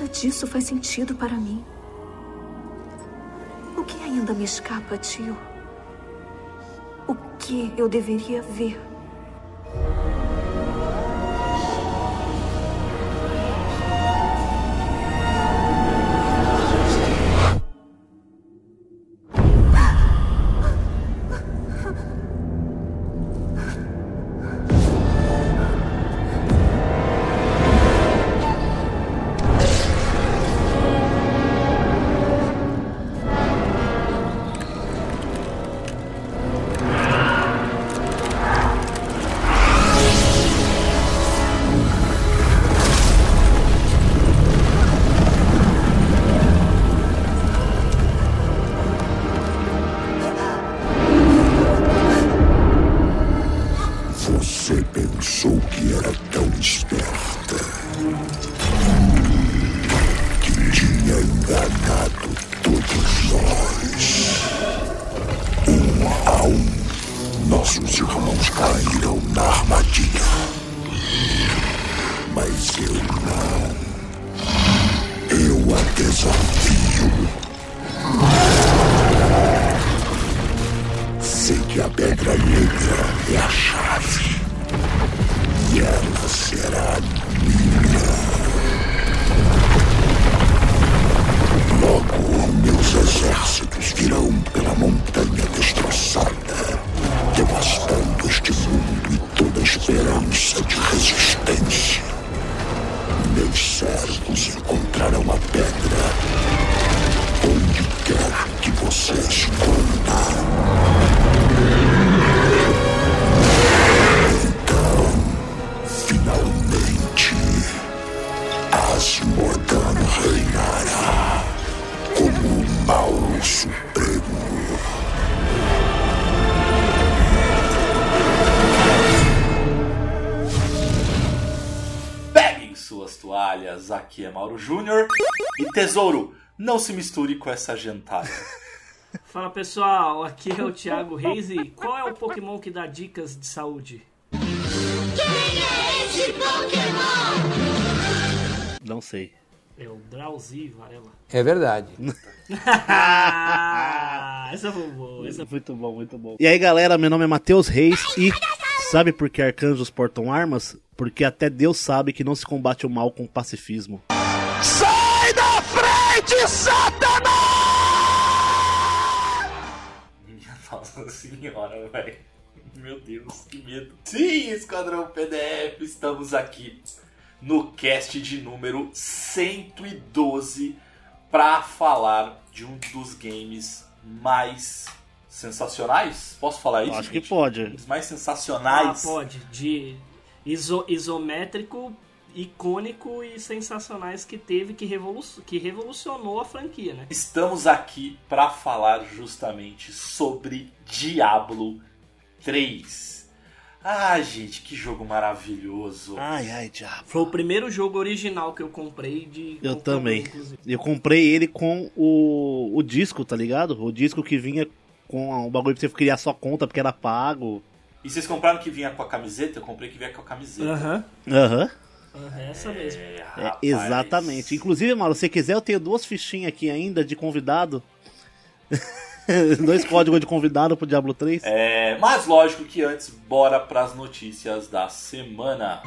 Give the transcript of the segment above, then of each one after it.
Nada disso faz sentido para mim. O que ainda me escapa, tio? O que eu deveria ver? Você pensou que era tão esperta, que tinha enganado todos nós. Um a um, nossos irmãos caíram na armadilha. Mas eu não. Eu a desafio. Sei que a Pedra Negra é a chave. E ela será minha. Logo, meus exércitos virão pela montanha destroçada, devastando este mundo e toda esperança de resistência. Meus servos encontrarão a pedra onde quer que você esconda. Finalmente, Asmodan reinará como o mal supremo. Peguem suas toalhas, aqui é Mauro Júnior. E tesouro, não se misture com essa gentalha. Fala pessoal, aqui é o Thiago Reis e qual é o Pokémon que dá dicas de saúde? Quem é esse Pokémon? Não sei. É o Drowsy Varela. É verdade. Essa foi boa. Muito bom, muito bom. E aí galera, meu nome é Matheus Reis e sabe por que arcanjos portam armas? Porque até Deus sabe que não se combate o mal com pacifismo. Sai da frente, Satanás! Minha Nossa Senhora, velho. Meu Deus, que medo. Sim, Esquadrão PDF, estamos aqui no cast de número 112 para falar de um dos games mais sensacionais. Posso falar isso? Acho que pode. Um dos mais sensacionais. Pode. De isométrico, icônico e sensacionais que teve, que revolucionou a franquia, né? Estamos aqui para falar justamente sobre Diablo 3. Ah, gente, que jogo maravilhoso. Ai, Diablo. Foi o primeiro jogo original que eu comprei de... Eu também. Eu comprei ele com o disco, tá ligado? O disco que vinha com o bagulho pra você criar sua conta porque era pago. E vocês compraram que vinha com a camiseta? Eu comprei que vinha com a camiseta. Aham. Essa mesmo. Exatamente. Inclusive, Mauro, se você quiser, eu tenho 2 fichinhas aqui ainda de convidado. 2 códigos de convidado pro Diablo 3. Mas lógico que antes, bora pras notícias da semana.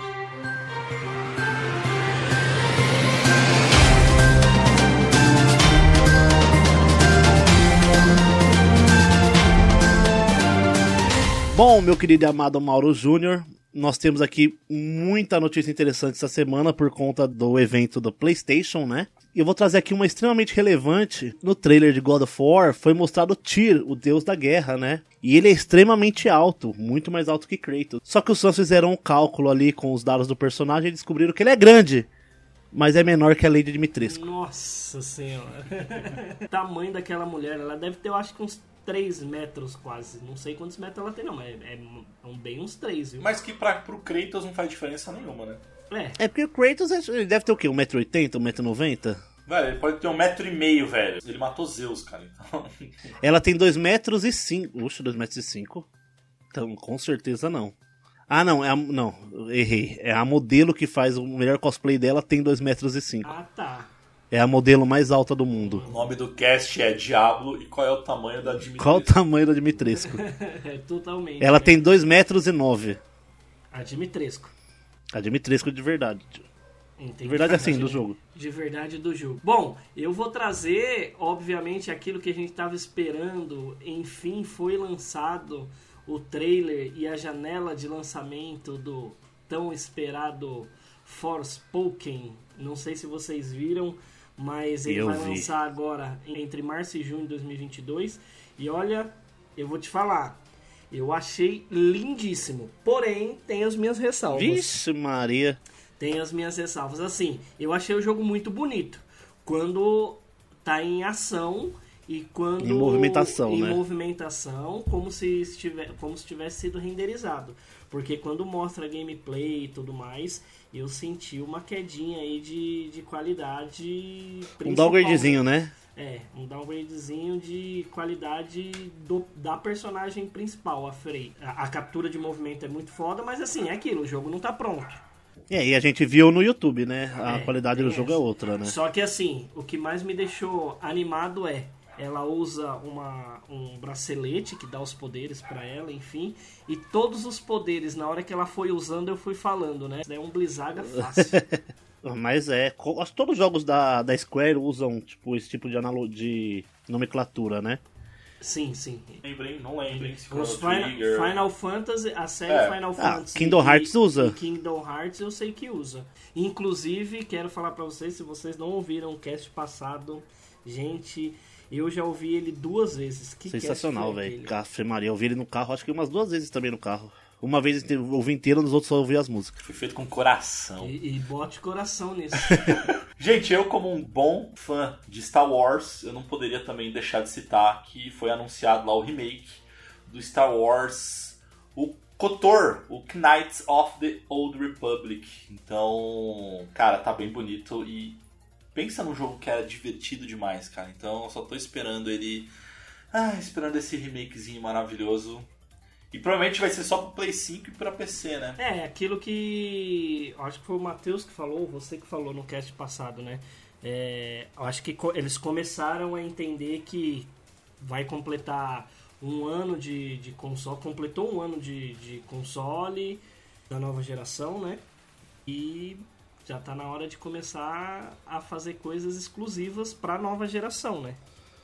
Bom, meu querido e amado Mauro Júnior, nós temos aqui muita notícia interessante essa semana por conta do evento do PlayStation, né? E eu vou trazer aqui uma extremamente relevante. No trailer de God of War foi mostrado Tyr, o deus da guerra, né? E ele é extremamente alto, muito mais alto que Kratos. Só que os fãs fizeram um cálculo ali com os dados do personagem e descobriram que ele é grande, mas é menor que a Lady Dimitrescu. Nossa senhora. O tamanho daquela mulher, ela deve ter, eu acho que uns 3 metros quase. Não sei quantos metros ela tem não, mas é bem uns 3, viu? Mas que pro Kratos não faz diferença nenhuma, né? É porque o Kratos ele deve ter o quê? 1,80m, 1,90m? Velho, ele pode ter 1,5 m, velho. Ele matou Zeus, cara. Então... Ela tem 2,05 m. Uxa, 2,05 m? Então, com certeza não. Ah, não, não, errei. É a modelo que faz o melhor cosplay dela tem 2,05 m. Ah, tá. É a modelo mais alta do mundo. O nome do cast é Diablo e qual é o tamanho da Dimitrescu? Qual o tamanho da Dimitrescu? Totalmente. Ela tem 2,9 metros. A Dimitrescu. A Dimitrescu de verdade. Entendi. De verdade assim, do jogo. De verdade do jogo. Bom, eu vou trazer, obviamente, aquilo que a gente estava esperando. Enfim, foi lançado o trailer e a janela de lançamento do tão esperado Forspoken. Não sei se vocês viram, mas ele vai lançar agora entre março e junho de 2022. E olha, eu vou te falar, eu achei lindíssimo. Porém, tem as minhas ressalvas. Vixe Maria. Tem as minhas ressalvas. Assim, eu achei o jogo muito bonito. Quando tá em ação e quando... Em movimentação, né? Em movimentação, como se tivesse sido renderizado. Porque quando mostra gameplay e tudo mais, eu senti uma quedinha aí de qualidade principal. Um downgradezinho, né? É, um downgradezinho de qualidade da personagem principal, a Frey. A captura de movimento é muito foda, mas assim, é aquilo, o jogo não tá pronto. E a gente viu no YouTube, né? A qualidade do jogo é outra, né? Só que assim, o que mais me deixou animado ela usa um bracelete que dá os poderes pra ela, enfim. E todos os poderes, na hora que ela foi usando, eu fui falando, né? É um Blizzaga fácil. Mas acho que todos os jogos da Square usam esse tipo de nomenclatura, né? Sim. Não lembrem. Os Final Fantasy, a série Final Fantasy. Kingdom Hearts usa. E Kingdom Hearts eu sei que usa. Inclusive, quero falar pra vocês, se vocês não ouviram o cast passado, gente, eu já ouvi ele 2 vezes. Que sensacional, velho. Café Maria, eu ouvi ele no carro, acho que umas 2 vezes também no carro. Uma vez eu ouvi inteiro, nos outros só ouvi as músicas. Foi feito com coração. E bote coração nisso. Gente, eu como um bom fã de Star Wars, eu não poderia também deixar de citar que foi anunciado lá o remake do Star Wars, o KOTOR, o Knights of the Old Republic. Então, cara, tá bem bonito e pensa num jogo que era divertido demais, cara. Então eu só tô esperando ele... esperando esse remakezinho maravilhoso. E provavelmente vai ser só pro Play 5 e pra PC, né? Aquilo que... Acho que foi o Matheus que falou, você que falou no cast passado, né? Acho que eles começaram a entender que vai completar 1 ano de console. Completou 1 ano de console da nova geração, né? E já tá na hora de começar a fazer coisas exclusivas pra nova geração, né?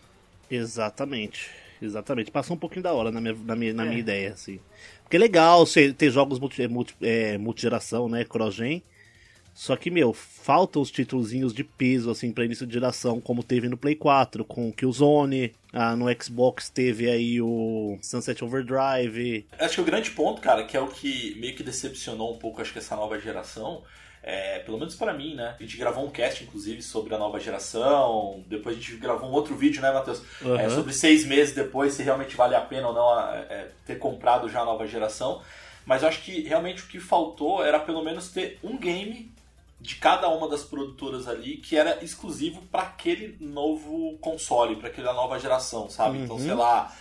Exatamente. Passou um pouquinho da hora na minha ideia, assim. Porque é legal você ter jogos multigeração, né? Cross-gen. Só que, faltam os títulozinhos de peso, assim, pra início de geração, como teve no Play 4, com Killzone. No Xbox teve aí o Sunset Overdrive. Acho que o grande ponto, cara, que é o que meio que decepcionou um pouco, acho que essa nova geração... pelo menos pra mim, né? A gente gravou um cast, inclusive, sobre a nova geração. Depois a gente gravou um outro vídeo, né, Matheus? Sobre 6 meses depois, se realmente vale a pena ou não ter comprado já a nova geração. Mas eu acho que realmente o que faltou era pelo menos ter um game de cada uma das produtoras ali que era exclusivo para aquele novo console, para aquela nova geração, sabe? Então, sei lá,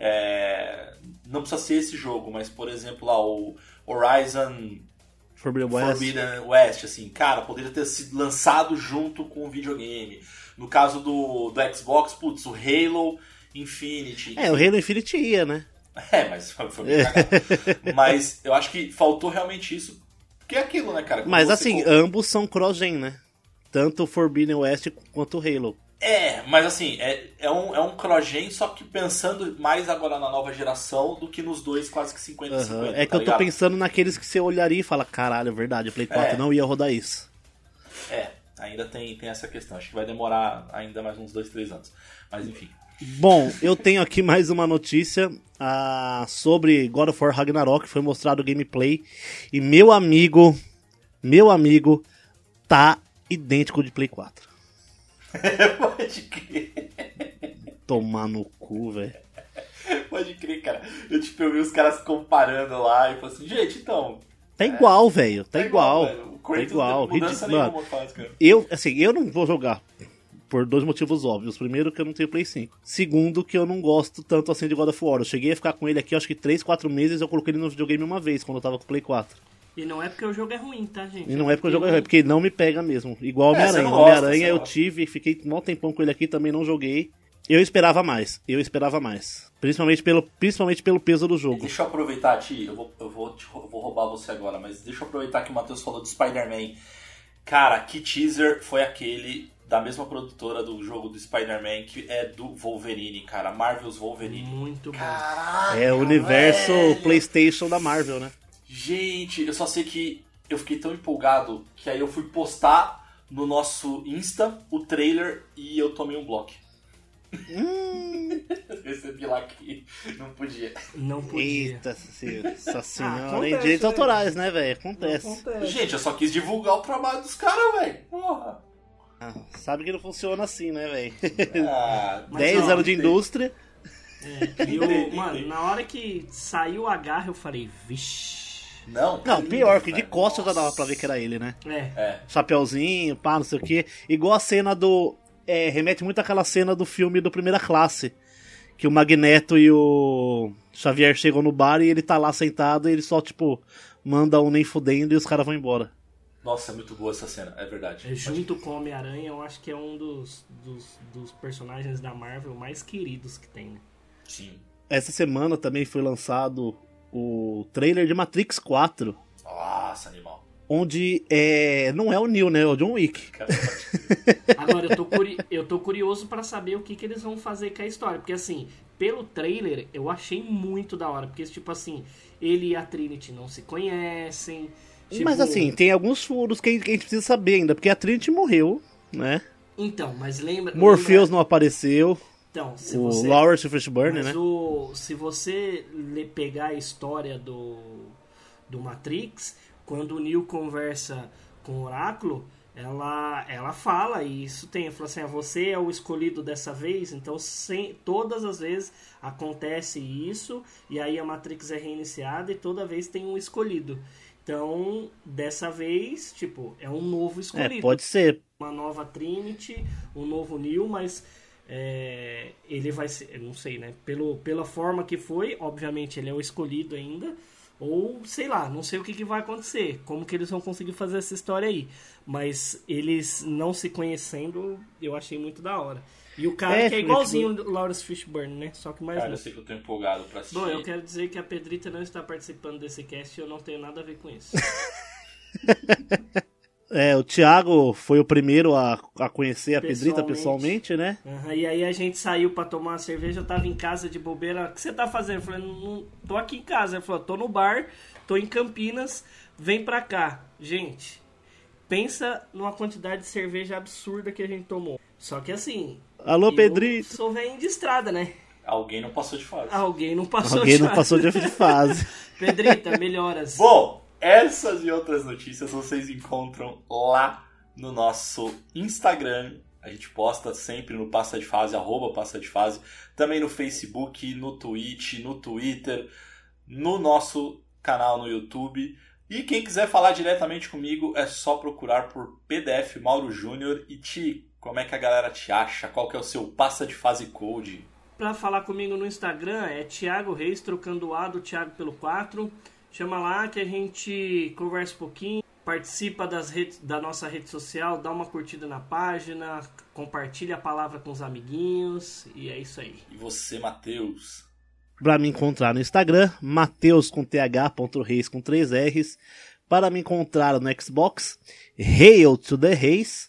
não precisa ser esse jogo, mas, por exemplo, lá o Horizon Forbidden West, assim, cara, poderia ter sido lançado junto com o videogame. No caso do Xbox, putz, o Halo Infinite. O Halo Infinite ia, né? Mas foi bem cagado. Mas eu acho que faltou realmente isso. Porque é aquilo, né, cara? Mas assim, ambos são cross-gen, né? Tanto o Forbidden West quanto o Halo. Mas assim, é um cross-gen, só que pensando mais agora na nova geração do que nos dois quase que 50-50. É que eu tô pensando naqueles que você olharia e fala, caralho, é verdade, o Play 4 não ia rodar isso. Ainda tem essa questão. Acho que vai demorar ainda mais uns 2-3 anos. Mas enfim. Bom, eu tenho aqui mais uma notícia sobre God of War Ragnarok. Foi mostrado o gameplay e meu amigo, tá idêntico de Play 4. Pode crer. Tomar no cu, velho. Pode crer, cara. Eu vi os caras comparando lá e falei assim, gente, então... Tá igual, velho. Tá igual. Tá igual. Mudança nenhuma faz, cara. Eu não vou jogar por 2 motivos óbvios. Primeiro, que eu não tenho Play 5. Segundo, que eu não gosto tanto assim de God of War. Eu cheguei a ficar com ele aqui, acho que 3-4 meses. Eu coloquei ele no videogame uma vez, quando eu tava com o Play 4. E não é porque o jogo é ruim, tá, gente? E não é porque o jogo é ruim, é porque não me pega mesmo. Igual você Homem-Aranha. não gosta, Homem-Aranha você eu não. tive, fiquei um tempão com ele aqui, também não joguei. Eu esperava mais. Principalmente pelo peso do jogo. Deixa eu aproveitar, Ti, eu vou roubar você agora, mas deixa eu aproveitar que o Matheus falou do Spider-Man. Cara, que teaser foi aquele da mesma produtora do jogo do Spider-Man, que é do Wolverine, cara, Marvel's Wolverine. Muito bom. Caraca, É o universo velho. PlayStation da Marvel, né? Gente, eu só sei que eu fiquei tão empolgado que aí eu fui postar no nosso Insta o trailer e eu tomei um bloco. Recebi lá que não podia. Não podia. Eita, nossa senhora. acontece, Direitos né? autorais, né, velho? Acontece. Gente, eu só quis divulgar o trabalho dos caras, velho. Porra. Ah, sabe que não funciona assim, né, velho? Ah, Mas, 10 ó, anos de indústria. Mano, na hora que saiu a garra, eu falei, vixe. não, Não, lindo, pior, que de velho. costas já dava Nossa. pra ver que era ele, né? É. Chapeuzinho, pá, não sei o quê. Igual a cena do... remete muito àquela cena do filme do Primeira Classe. Que o Magneto e o Xavier chegam no bar e ele tá lá sentado e ele só, tipo, manda um nem fudendo e os caras vão embora. Nossa, é muito boa essa cena, é verdade. Junto com o Homem-Aranha, eu acho que é um dos personagens da Marvel mais queridos que tem, né? Sim. Essa semana também foi lançado o trailer de Matrix 4. Nossa, animal. Onde não é o Neo, né? É o John Wick. Cara, Agora, eu tô curioso pra saber o que eles vão fazer com a história. Porque, assim, pelo trailer, eu achei muito da hora. Porque, tipo assim, ele e a Trinity não se conhecem. Tipo... Mas assim, tem alguns furos que a gente precisa saber ainda. Porque a Trinity morreu, né? Então, mas lembra... Morpheus não apareceu. Então, se O você... Lawrence Fishburne, Mas né? se você pegar a história do Matrix, quando o Neo conversa com o Oráculo, ela fala, e isso tem, ela fala assim, você é o escolhido dessa vez, então todas as vezes acontece isso, e aí a Matrix é reiniciada e toda vez tem um escolhido. Então, dessa vez, tipo, é um novo escolhido. Pode ser. Uma nova Trinity, um novo Neo, mas ele vai ser, eu não sei, né? Pela forma que foi, obviamente ele é o escolhido ainda, ou sei lá, não sei o que vai acontecer, como que eles vão conseguir fazer essa história aí. Mas eles não se conhecendo, eu achei muito da hora. E o cara que é igualzinho o Lawrence Fishburne, né? Só que mais Cara, eu novo. sei que eu tô empolgado pra assistir. Bom, eu quero dizer que a Pedrita não está participando desse cast e eu não tenho nada a ver com isso. O Thiago foi o primeiro a conhecer a Pedrita Pessoalmente. pessoalmente, né? Uhum, e aí a gente saiu pra tomar uma cerveja, eu tava em casa de bobeira. O que você tá fazendo? Eu falei, não, tô aqui em casa. Ele falou, tô no bar, tô em Campinas, vem pra cá. Gente, pensa numa quantidade de cerveja absurda que a gente tomou. Só que assim... Alô, Pedrito! Eu sou velho de estrada, né? Alguém não passou de fase. Alguém não passou Alguém de não fase. passou de fase. Pedrita, melhoras. Bom, essas e outras notícias vocês encontram lá no nosso Instagram. A gente posta sempre no Passa de Fase, @Passa de Fase. Também no Facebook, no Twitch, no Twitter, no nosso canal no YouTube. E quem quiser falar diretamente comigo é só procurar por PDF Mauro Júnior. E Ti, como é que a galera te acha? Qual que é o seu Passa de Fase Code? Pra falar comigo no Instagram é Thiago Reis, trocando o A do Thiago pelo 4. Chama lá que a gente conversa um pouquinho, participa da nossa rede social, dá uma curtida na página, compartilha a palavra com os amiguinhos e é isso aí. E você, Matheus? Pra me encontrar no Instagram, Mateus com th.reis com 3 R's. Para me encontrar no Xbox, Hail to the Reis.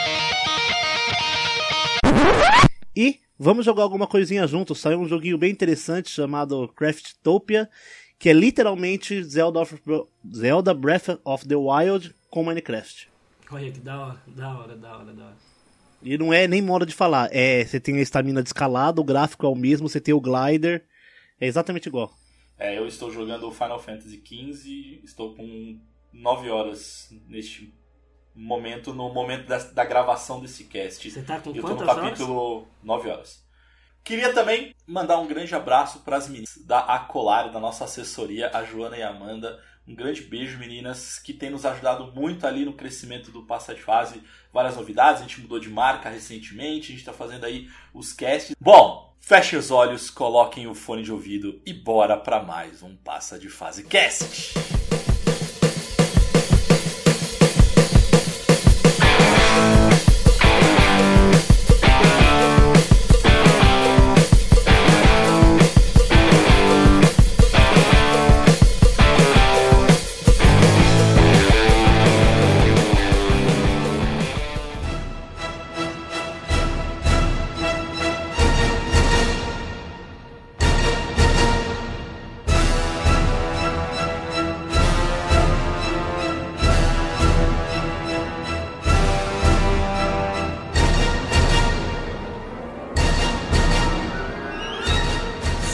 E vamos jogar alguma coisinha junto. Saiu um joguinho bem interessante chamado Craftopia, que é literalmente Zelda Breath of the Wild com Minecraft. Olha que da hora. E não é nem modo de falar. Você tem a estamina de escalada, o gráfico é o mesmo, você tem o glider. É exatamente igual. Eu estou jogando Final Fantasy XV, estou com 9 horas neste momento, no momento da gravação desse cast. Você tá com Eu quantas tô no capítulo 9 horas. Queria também mandar um grande abraço para as meninas da Acolar, da nossa assessoria, a Joana e a Amanda. Um grande beijo, meninas, que tem nos ajudado muito ali no crescimento do Passa de Fase. Várias novidades, a gente mudou de marca recentemente, a gente tá fazendo aí os casts. Bom, fechem os olhos, coloquem o fone de ouvido e bora para mais um Passa de Fase Cast!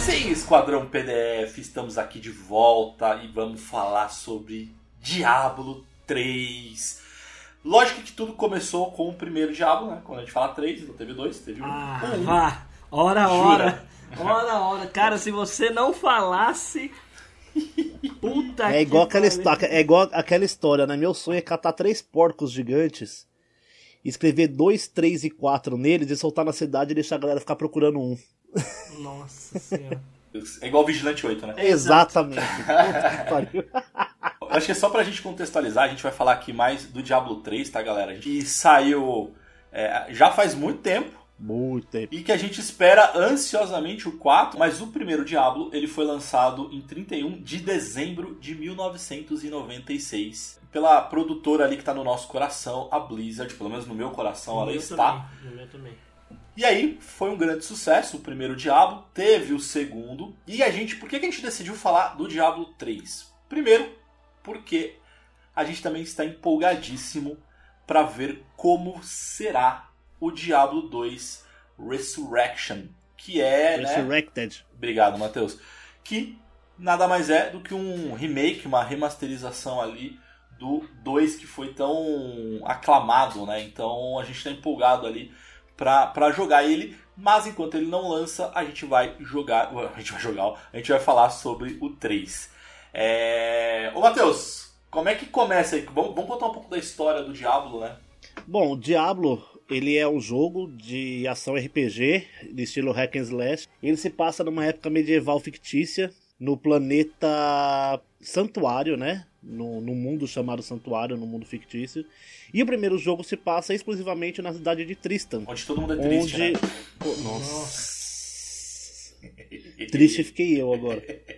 Sim, Esquadrão PDF, estamos aqui de volta e vamos falar sobre Diablo 3. Lógico que tudo começou com o primeiro Diablo, né? Quando a gente fala 3, não teve 2, teve 1. Vá! Ora. Cara, se você não falasse... Puta É igual que aquela história, né? Meu sonho é catar 3 porcos gigantes, escrever 2, 3 e 4 neles e soltar na cidade e deixar a galera ficar procurando um. Nossa senhora. É igual Vigilante 8, né? Exatamente. Acho que é só pra gente contextualizar, a gente vai falar aqui mais do Diablo 3, tá, galera? Que saiu já faz muito tempo. Muito tempo. E que a gente espera ansiosamente o 4, mas o primeiro Diablo ele foi lançado em 31 de dezembro de 1996 pela produtora ali que tá no nosso coração, a Blizzard, pelo menos no meu coração ela está. No meu também. E aí foi um grande sucesso o primeiro Diablo, teve o segundo, e por que a gente decidiu falar do Diablo 3? Primeiro, porque a gente também está empolgadíssimo para ver como será o Diablo 2 Resurrection, que é... Resurrected. Né? Obrigado, Matheus. Que nada mais é do que um remake, uma remasterização ali do 2 que foi tão aclamado, né? Então a gente está empolgado ali para jogar ele, mas enquanto ele não lança, a gente vai falar sobre o 3. Ô Matheus, como é que começa aí? Vamos contar um pouco da história do Diablo, né? Bom, o Diablo, ele é um jogo de ação RPG, de estilo hack and slash. Ele se passa numa época medieval fictícia, no planeta Santuário, né? No mundo chamado Santuário, no mundo fictício. E o primeiro jogo se passa exclusivamente na cidade de Tristan. Onde todo mundo é triste, né? Nossa. Triste fiquei eu agora.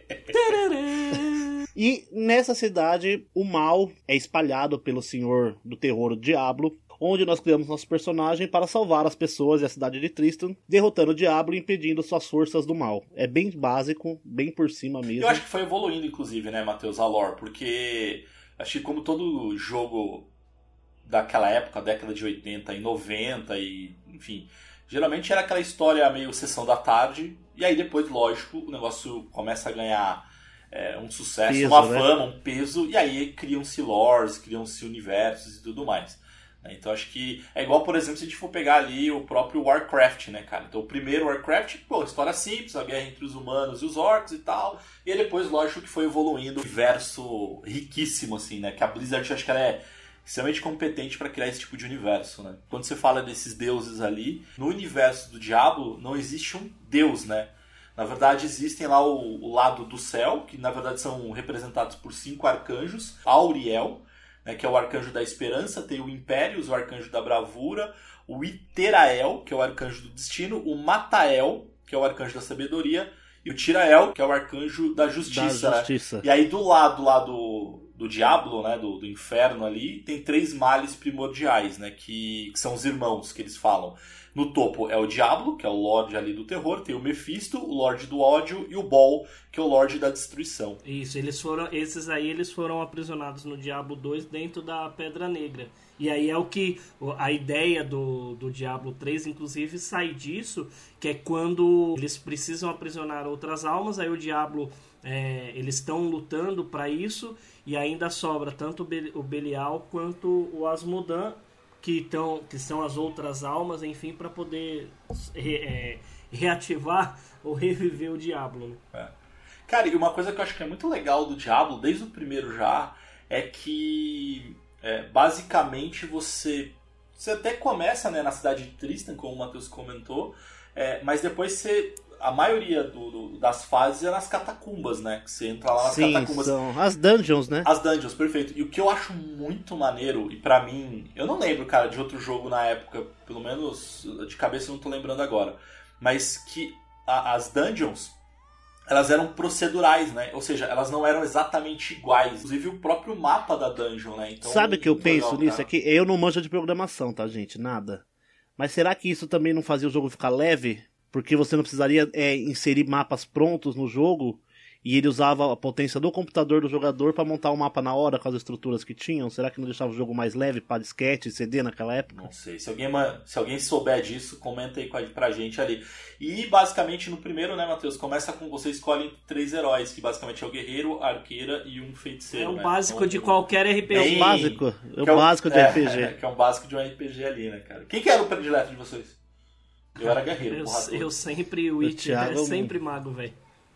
E nessa cidade, o mal é espalhado pelo senhor do terror, o Diablo, onde nós criamos nosso personagem para salvar as pessoas e a cidade de Tristan, derrotando o Diablo e impedindo suas forças do mal. É bem básico, bem por cima mesmo. Eu acho que foi evoluindo, inclusive, né, Matheus, a lore, porque acho que como todo jogo daquela época, década de 80 e 90, e enfim, geralmente era aquela história meio sessão da tarde, e aí depois, lógico, o negócio começa a ganhar um sucesso, peso, uma né? fama, um peso, e aí criam-se lores, criam-se universos e tudo mais. Então acho que é igual, por exemplo, se a gente for pegar ali o próprio Warcraft, né, cara? Então o primeiro Warcraft, história simples, a guerra entre os humanos e os orcs e tal. E aí depois, lógico, que foi evoluindo um universo riquíssimo, assim, né? Que a Blizzard, acho que ela é extremamente competente para criar esse tipo de universo, né? Quando você fala desses deuses ali, no universo do Diablo não existe um deus, né? Na verdade, existem lá o lado do céu, que na verdade são representados por 5 arcanjos. Auriel, né, que é o arcanjo da esperança, tem o Impérios, o arcanjo da bravura, o Iterael, que é o arcanjo do destino, o Matael, que é o arcanjo da sabedoria, e o Tirael, que é o arcanjo da justiça. Da justiça. Né? E aí do lado lá do Diablo, né, do inferno ali, tem 3 males primordiais, né, que são os irmãos que eles falam. No topo é o Diablo, que é o Lorde ali do terror, tem o Mephisto, o Lorde do ódio, e o Baal, que é o Lorde da destruição. Isso, esses aí eles foram aprisionados no Diablo 2 dentro da Pedra Negra. E aí é o que a ideia do Diablo 3, inclusive, sai disso, que é quando eles precisam aprisionar outras almas, aí o Diablo, eles estão lutando para isso, e ainda sobra tanto o Belial quanto o Asmodan, que são as outras almas, enfim, para poder reativar ou reviver o Diablo. Né? Cara, e uma coisa que eu acho que é muito legal do Diablo, desde o primeiro já, é que basicamente você até começa, né, na cidade de Tristan, como o Matheus comentou, mas depois a maioria das fases é nas catacumbas, né? Que você entra lá nas catacumbas. São as dungeons, né? As dungeons, perfeito. E o que eu acho muito maneiro, e pra mim, eu não lembro, cara, de outro jogo na época, pelo menos de cabeça eu não tô lembrando agora, mas que as dungeons, elas eram procedurais, né? Ou seja, elas não eram exatamente iguais. Inclusive o próprio mapa da dungeon, né? Então, sabe o que eu penso legal, nisso? cara. É que eu não manjo de programação, tá, gente? Nada. Mas será que isso também não fazia o jogo ficar leve? Porque você não precisaria inserir mapas prontos no jogo e ele usava a potência do computador do jogador pra montar o mapa na hora com as estruturas que tinham? Será que não deixava o jogo mais leve pra disquete e CD naquela época? Não sei. Se alguém souber disso, comenta aí pra gente ali. E basicamente no primeiro, né, Matheus? Começa com você escolhe 3 heróis, que basicamente é o guerreiro, a arqueira e um feiticeiro. É o né? básico Então, de qualquer RPG. É o básico de RPG. Que é um básico de um RPG ali, né, cara? Quem que era o predileto de vocês? Eu era guerreiro, Eu sempre Witcher, Thiago, sempre mago, velho.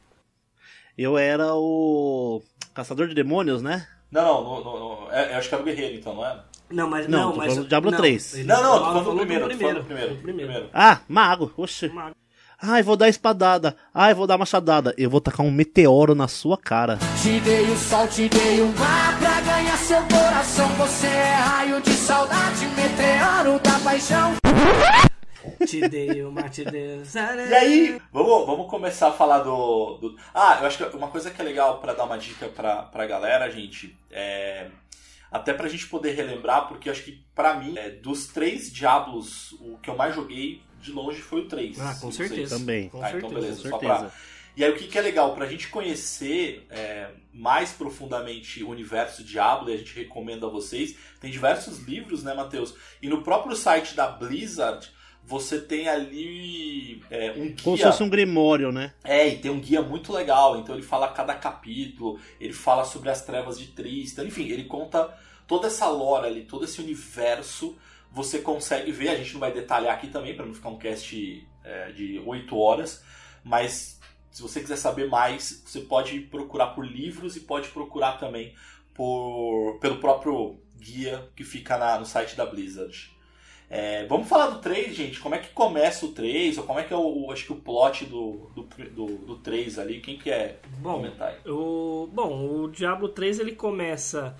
Eu era o caçador de demônios, né? Não, eu acho que era o guerreiro, então, não era? Não, tô falando do Diablo 3. ele Não, tô falou falando do primeiro. do primeiro. Ah, mago. Oxe. Mago. Ai, vou dar espadada. Ai, vou dar machadada. Eu vou tacar um meteoro na sua cara. Te dei o sol, te dei o mar pra ganhar seu coração. Você é raio de saudade, meteoro da paixão. Te dei uma, te dei... E aí, vamos começar a falar do... Ah, eu acho que uma coisa que é legal pra dar uma dica pra galera, gente, até pra gente poder relembrar, porque eu acho que pra mim, dos 3 Diablos, o que eu mais joguei de longe foi o 3. Ah, com certeza. Também. Com Então certeza. beleza, Com só certeza. pra... E aí o que é legal, pra gente conhecer mais profundamente o universo Diablo, e a gente recomenda a vocês, tem diversos livros, né, Matheus? E no próprio site da Blizzard, você tem ali um guia. Como se fosse um grimório, né? E tem um guia muito legal. Então ele fala cada capítulo, ele fala sobre as trevas de Tristan, enfim, ele conta toda essa lore ali, todo esse universo. Você consegue ver, a gente não vai detalhar aqui também, para não ficar um cast de 8 horas, mas se você quiser saber mais, você pode procurar por livros e pode procurar também pelo próprio guia que fica no site da Blizzard. Vamos falar do 3, gente. Como é que começa o 3? Ou como é que é acho que o plot do 3 ali? Quem quer comentar aí? O Diablo 3 ele começa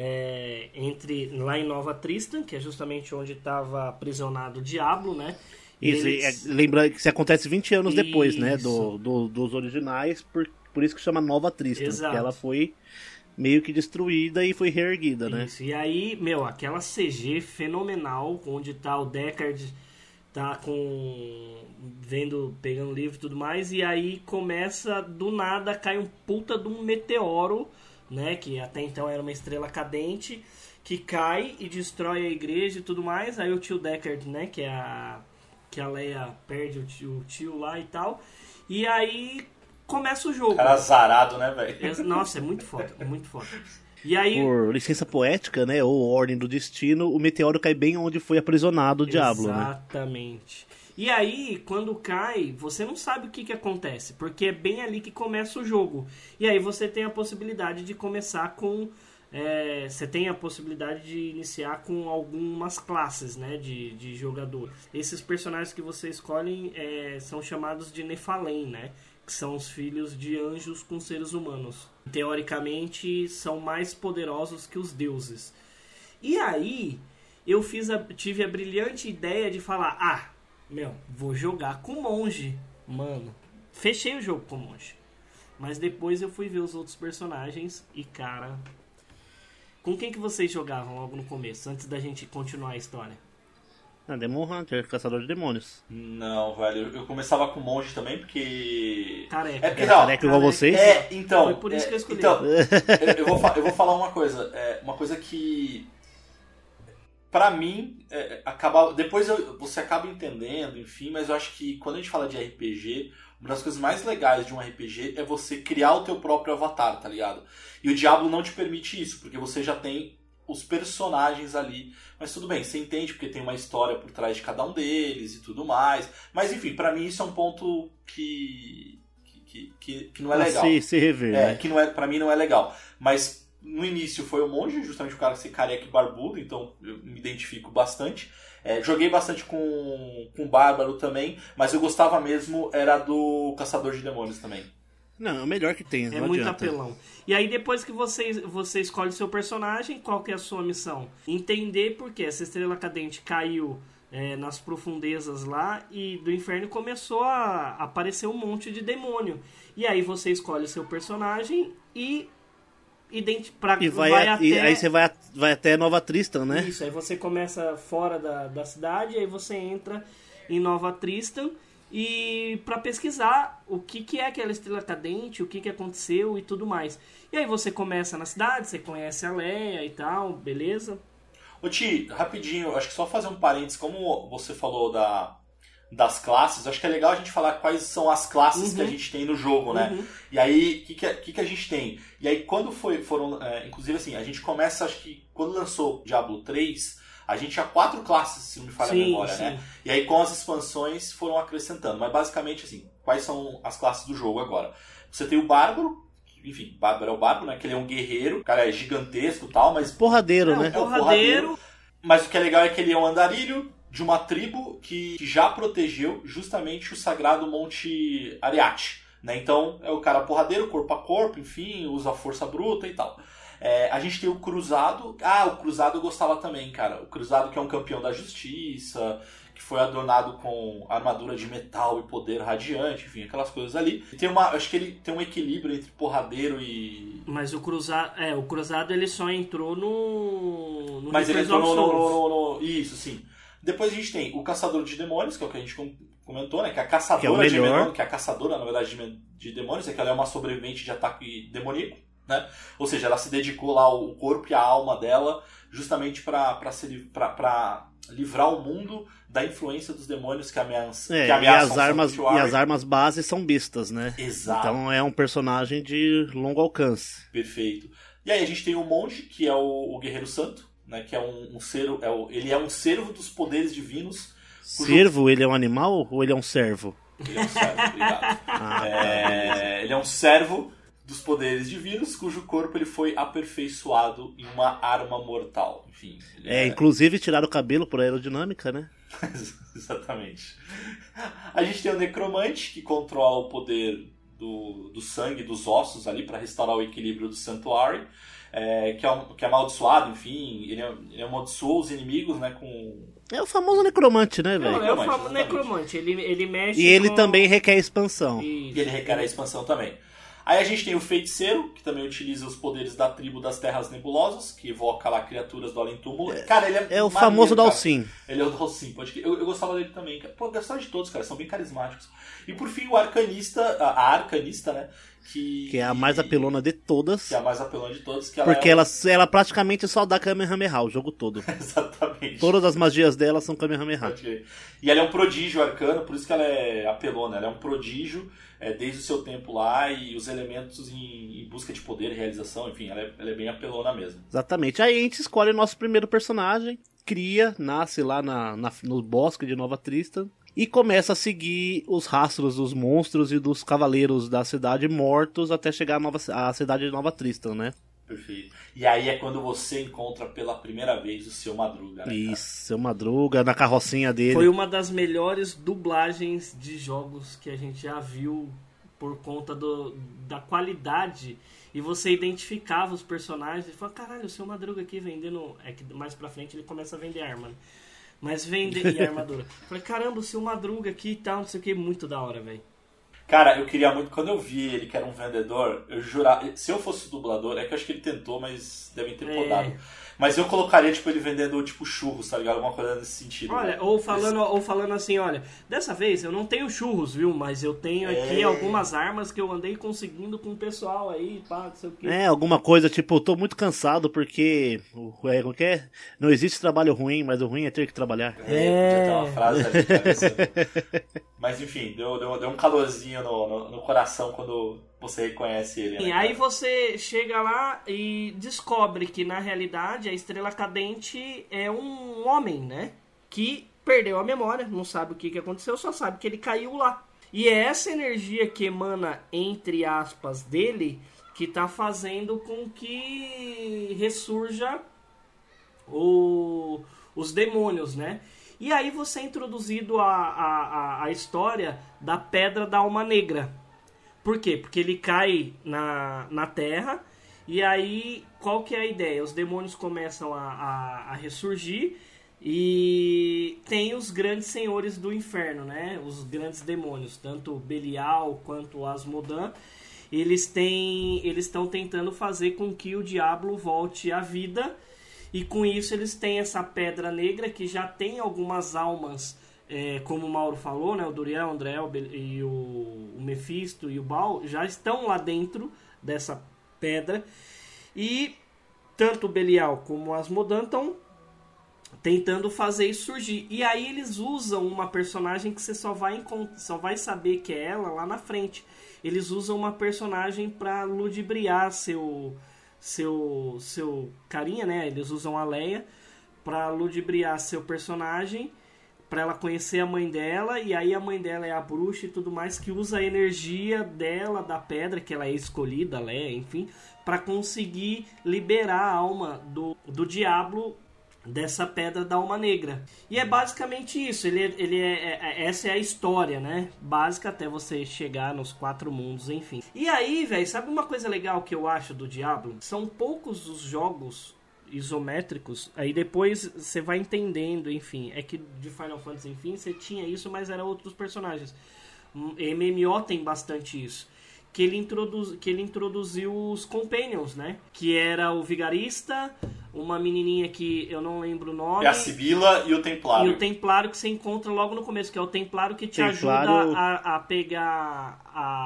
lá em Nova Tristan, que é justamente onde estava aprisionado o Diablo, né? Isso, lembra que isso acontece 20 anos depois, né? Dos originais, por isso que chama Nova Tristan. Exato. Porque ela foi meio que destruída e foi reerguida, né? Isso, e aí, aquela CG fenomenal, onde tá o Deckard, tá pegando livro e tudo mais, e aí começa, do nada, cai um puta de um meteoro, né, que até então era uma estrela cadente, que cai e destrói a igreja e tudo mais, aí o tio Deckard, né, que a Leia perde o tio lá e tal, e aí começa o jogo. Cara azarado, né, velho? Nossa, é muito foda, é muito foda. E aí, por licença poética, né, ou ordem do destino, o meteoro cai bem onde foi aprisionado o Diablo, né? Exatamente. E aí, quando cai, você não sabe o que acontece, porque é bem ali que começa o jogo. E aí você tem a possibilidade de começar com... você tem a possibilidade de iniciar com algumas classes, né, de jogador. Esses personagens que você escolhe são chamados de Nephalem, né? Que são os filhos de anjos com seres humanos. Teoricamente, são mais poderosos que os deuses. E aí, eu tive a brilhante ideia de falar, vou jogar com monge. Mano, fechei o jogo com monge. Mas depois eu fui ver os outros personagens e, cara... Com quem que vocês jogavam logo no começo, antes da gente continuar a história? Demon Hunter, caçador de demônios. Não, velho, eu começava com monge também, porque... Careca. Careca igual vocês? Então... Foi por isso que eu escolhi. Então, eu vou falar uma coisa que... Pra mim, depois você acaba entendendo, enfim, mas eu acho que quando a gente fala de RPG, uma das coisas mais legais de um RPG é você criar o teu próprio avatar, tá ligado? E o Diablo não te permite isso, porque você já tem os personagens ali. Mas tudo bem, você entende porque tem uma história por trás de cada um deles e tudo mais. Mas enfim, pra mim isso é um ponto que não é legal. Se rever, né? Que pra mim não é legal. Mas no início foi o monge, justamente o cara ser careca e barbudo, então eu me identifico bastante. Joguei bastante com o Bárbaro também, mas eu gostava mesmo era do Caçador de Demônios também. Não, é o melhor que tem, É não muito adianta. apelão. E aí depois que você escolhe seu personagem, qual que é a sua missão? Entender por que essa estrela cadente caiu nas profundezas lá e do inferno começou a aparecer um monte de demônio. E aí você escolhe seu personagem e aí você vai até Nova Tristan, né? Isso, aí você começa fora da cidade, aí você entra em Nova Tristan e para pesquisar o que é aquela estrela cadente, o que aconteceu e tudo mais. E aí você começa na cidade, você conhece a Leia e tal, beleza? Ô Ti, rapidinho, acho que só fazer um parênteses, como você falou das classes, acho que é legal a gente falar quais são as classes que a gente tem no jogo, né? E aí, o que a gente tem? E aí, quando foram... inclusive, assim, a gente começa, acho que quando lançou Diablo 3, a gente tinha 4 classes, se não me falha a memória, né? E aí, com as expansões, foram acrescentando. Mas, basicamente, assim, quais são as classes do jogo agora? Você tem o Bárbaro, enfim, Bárbaro é o Bárbaro, né? Que ele é um guerreiro, o cara é gigantesco e tal, mas... Porradeiro, né? É um porradeiro. Mas o que é legal é que ele é um andarilho de uma tribo que já protegeu justamente o sagrado Monte Ariate, né? Então é o cara porradeiro, corpo a corpo, enfim, usa força bruta e tal. A gente tem o Cruzado. O Cruzado eu gostava também, cara. O Cruzado que é um campeão da justiça, que foi adornado com armadura de metal e poder radiante, enfim, aquelas coisas ali. E acho que ele tem um equilíbrio entre porradeiro e... Mas o Cruzado ele só entrou no Mas ele entrou no... Isso, sim. Depois a gente tem o Caçador de Demônios, que é o que a gente comentou, né? Que é a caçadora de demônios, que é a caçadora, na verdade, de demônios, é que ela é uma sobrevivente de ataque demoníaco, né? Ou seja, ela se dedicou lá o corpo e a alma dela justamente para livrar o mundo da influência dos demônios que ameaçam. E as armas bases são bestas, né? Exato. Então é um personagem de longo alcance. Perfeito. E aí a gente tem o Monge, que é o Guerreiro Santo, né? Que é um servo. Ele é um servo dos poderes divinos. Servo? Ele é um animal ou ele é um servo? Ele é um servo, obrigado. Ele é um servo dos poderes divinos, cujo corpo ele foi aperfeiçoado em uma arma mortal. Enfim. Inclusive tiraram o cabelo por aerodinâmica, né? Exatamente. A gente tem o Necromante, que controla o poder do sangue, dos ossos ali, para restaurar o equilíbrio do Sanctuary. Que é amaldiçoado, enfim. Ele amaldiçoou os inimigos, né? É o famoso necromante, né, velho? É o famoso necromante. Ele mexe e ele também requer expansão. E ele requer a expansão também. Aí a gente tem o Feiticeiro, que também utiliza os poderes da tribo das Terras Nebulosas, que evoca lá criaturas do além-túmulo. Cara, ele é o famoso Dhalsim. Ele é o Dhalsim, pode crer. Eu gostava dele também. Pô, eu gostava de todos, cara, são bem carismáticos. E por fim, o Arcanista, a Arcanista, né? Que é a mais apelona de todas. Que é a mais apelona de todas. Porque ela praticamente só dá Kamehameha o jogo todo. Exatamente. Todas as magias dela são Kamehameha. E ela é um prodígio arcano, por isso que ela é apelona. Ela é um prodígio desde o seu tempo lá, e os elementos em busca de poder e realização, enfim, ela é bem apelona mesmo. Exatamente. Aí a gente escolhe o nosso primeiro personagem, nasce lá no bosque de Nova Tristan, e começa a seguir os rastros dos monstros e dos cavaleiros da cidade mortos até chegar à cidade de Nova Tristan, né? Perfeito. E aí é quando você encontra pela primeira vez o Seu Madruga, né? Isso, Seu Madruga, na carrocinha dele. Foi uma das melhores dublagens de jogos que a gente já viu por conta da qualidade. E você identificava os personagens e falava, caralho, o Seu Madruga aqui vendendo... É que mais pra frente ele começa a vender arma, né? Mas vender e armadura. Falei, caramba, o Seu Madruga aqui e tal, não sei o que, muito da hora, velho. Cara, eu queria muito, quando eu vi ele que era um vendedor, eu jurava, se eu fosse dublador, é que eu acho que ele tentou, mas devem ter podado. Mas eu colocaria, tipo, ele vendendo, tipo, churros, tá ligado? Alguma coisa nesse sentido. Olha, né? ou falando assim, olha, dessa vez eu não tenho churros, viu? Mas eu tenho aqui algumas armas que eu andei conseguindo com o pessoal aí, pá, não sei o quê. Alguma coisa, tipo, eu tô muito cansado porque, como que é? Não existe trabalho ruim, mas o ruim é ter que trabalhar. Já tem uma frase ali, cara. Mas enfim, deu um calorzinho no coração quando você reconhece ele. E aí você chega lá e descobre que na realidade a Estrela Cadente é um homem, né? Que perdeu a memória, não sabe o que aconteceu, só sabe que ele caiu lá. E é essa energia que emana, entre aspas, dele, que tá fazendo com que ressurja os demônios, né? E aí você é introduzido a história da Pedra da Alma Negra. Por quê? Porque ele cai na Terra, e aí qual que é a ideia? Os demônios começam a ressurgir, e tem os grandes senhores do inferno, né? Os grandes demônios, tanto Belial quanto Asmodan, eles estão tentando fazer com que o diabo volte à vida, e com isso eles têm essa pedra negra que já tem algumas almas como o Mauro falou, né, o Duriel, o André e o Mephisto e o Baal já estão lá dentro dessa pedra. E tanto o Belial como o Asmodan estão tentando fazer isso surgir. E aí eles usam uma personagem que você só vai saber que é ela lá na frente. Eles usam uma personagem para ludibriar seu carinha, né? Eles usam a Leia para ludibriar seu personagem, para ela conhecer a mãe dela, e aí a mãe dela é a bruxa e tudo mais, que usa a energia dela, da pedra, que ela é escolhida, Leia, enfim, para conseguir liberar a alma do Diablo dessa pedra da alma negra. E é basicamente isso, essa é a história, né? Básica até você chegar nos 4 mundos, enfim. E aí, velho, sabe uma coisa legal que eu acho do Diablo? São poucos os jogos isométricos, aí depois você vai entendendo, enfim, é que de Final Fantasy, enfim, você tinha isso, mas era outros personagens. MMO tem bastante isso. Que ele introduziu os Companions, né? Que era o Vigarista, uma menininha que eu não lembro o nome. É a Sibila e o Templário. E o Templário que você encontra logo no começo, que é o Templário que te ajuda a pegar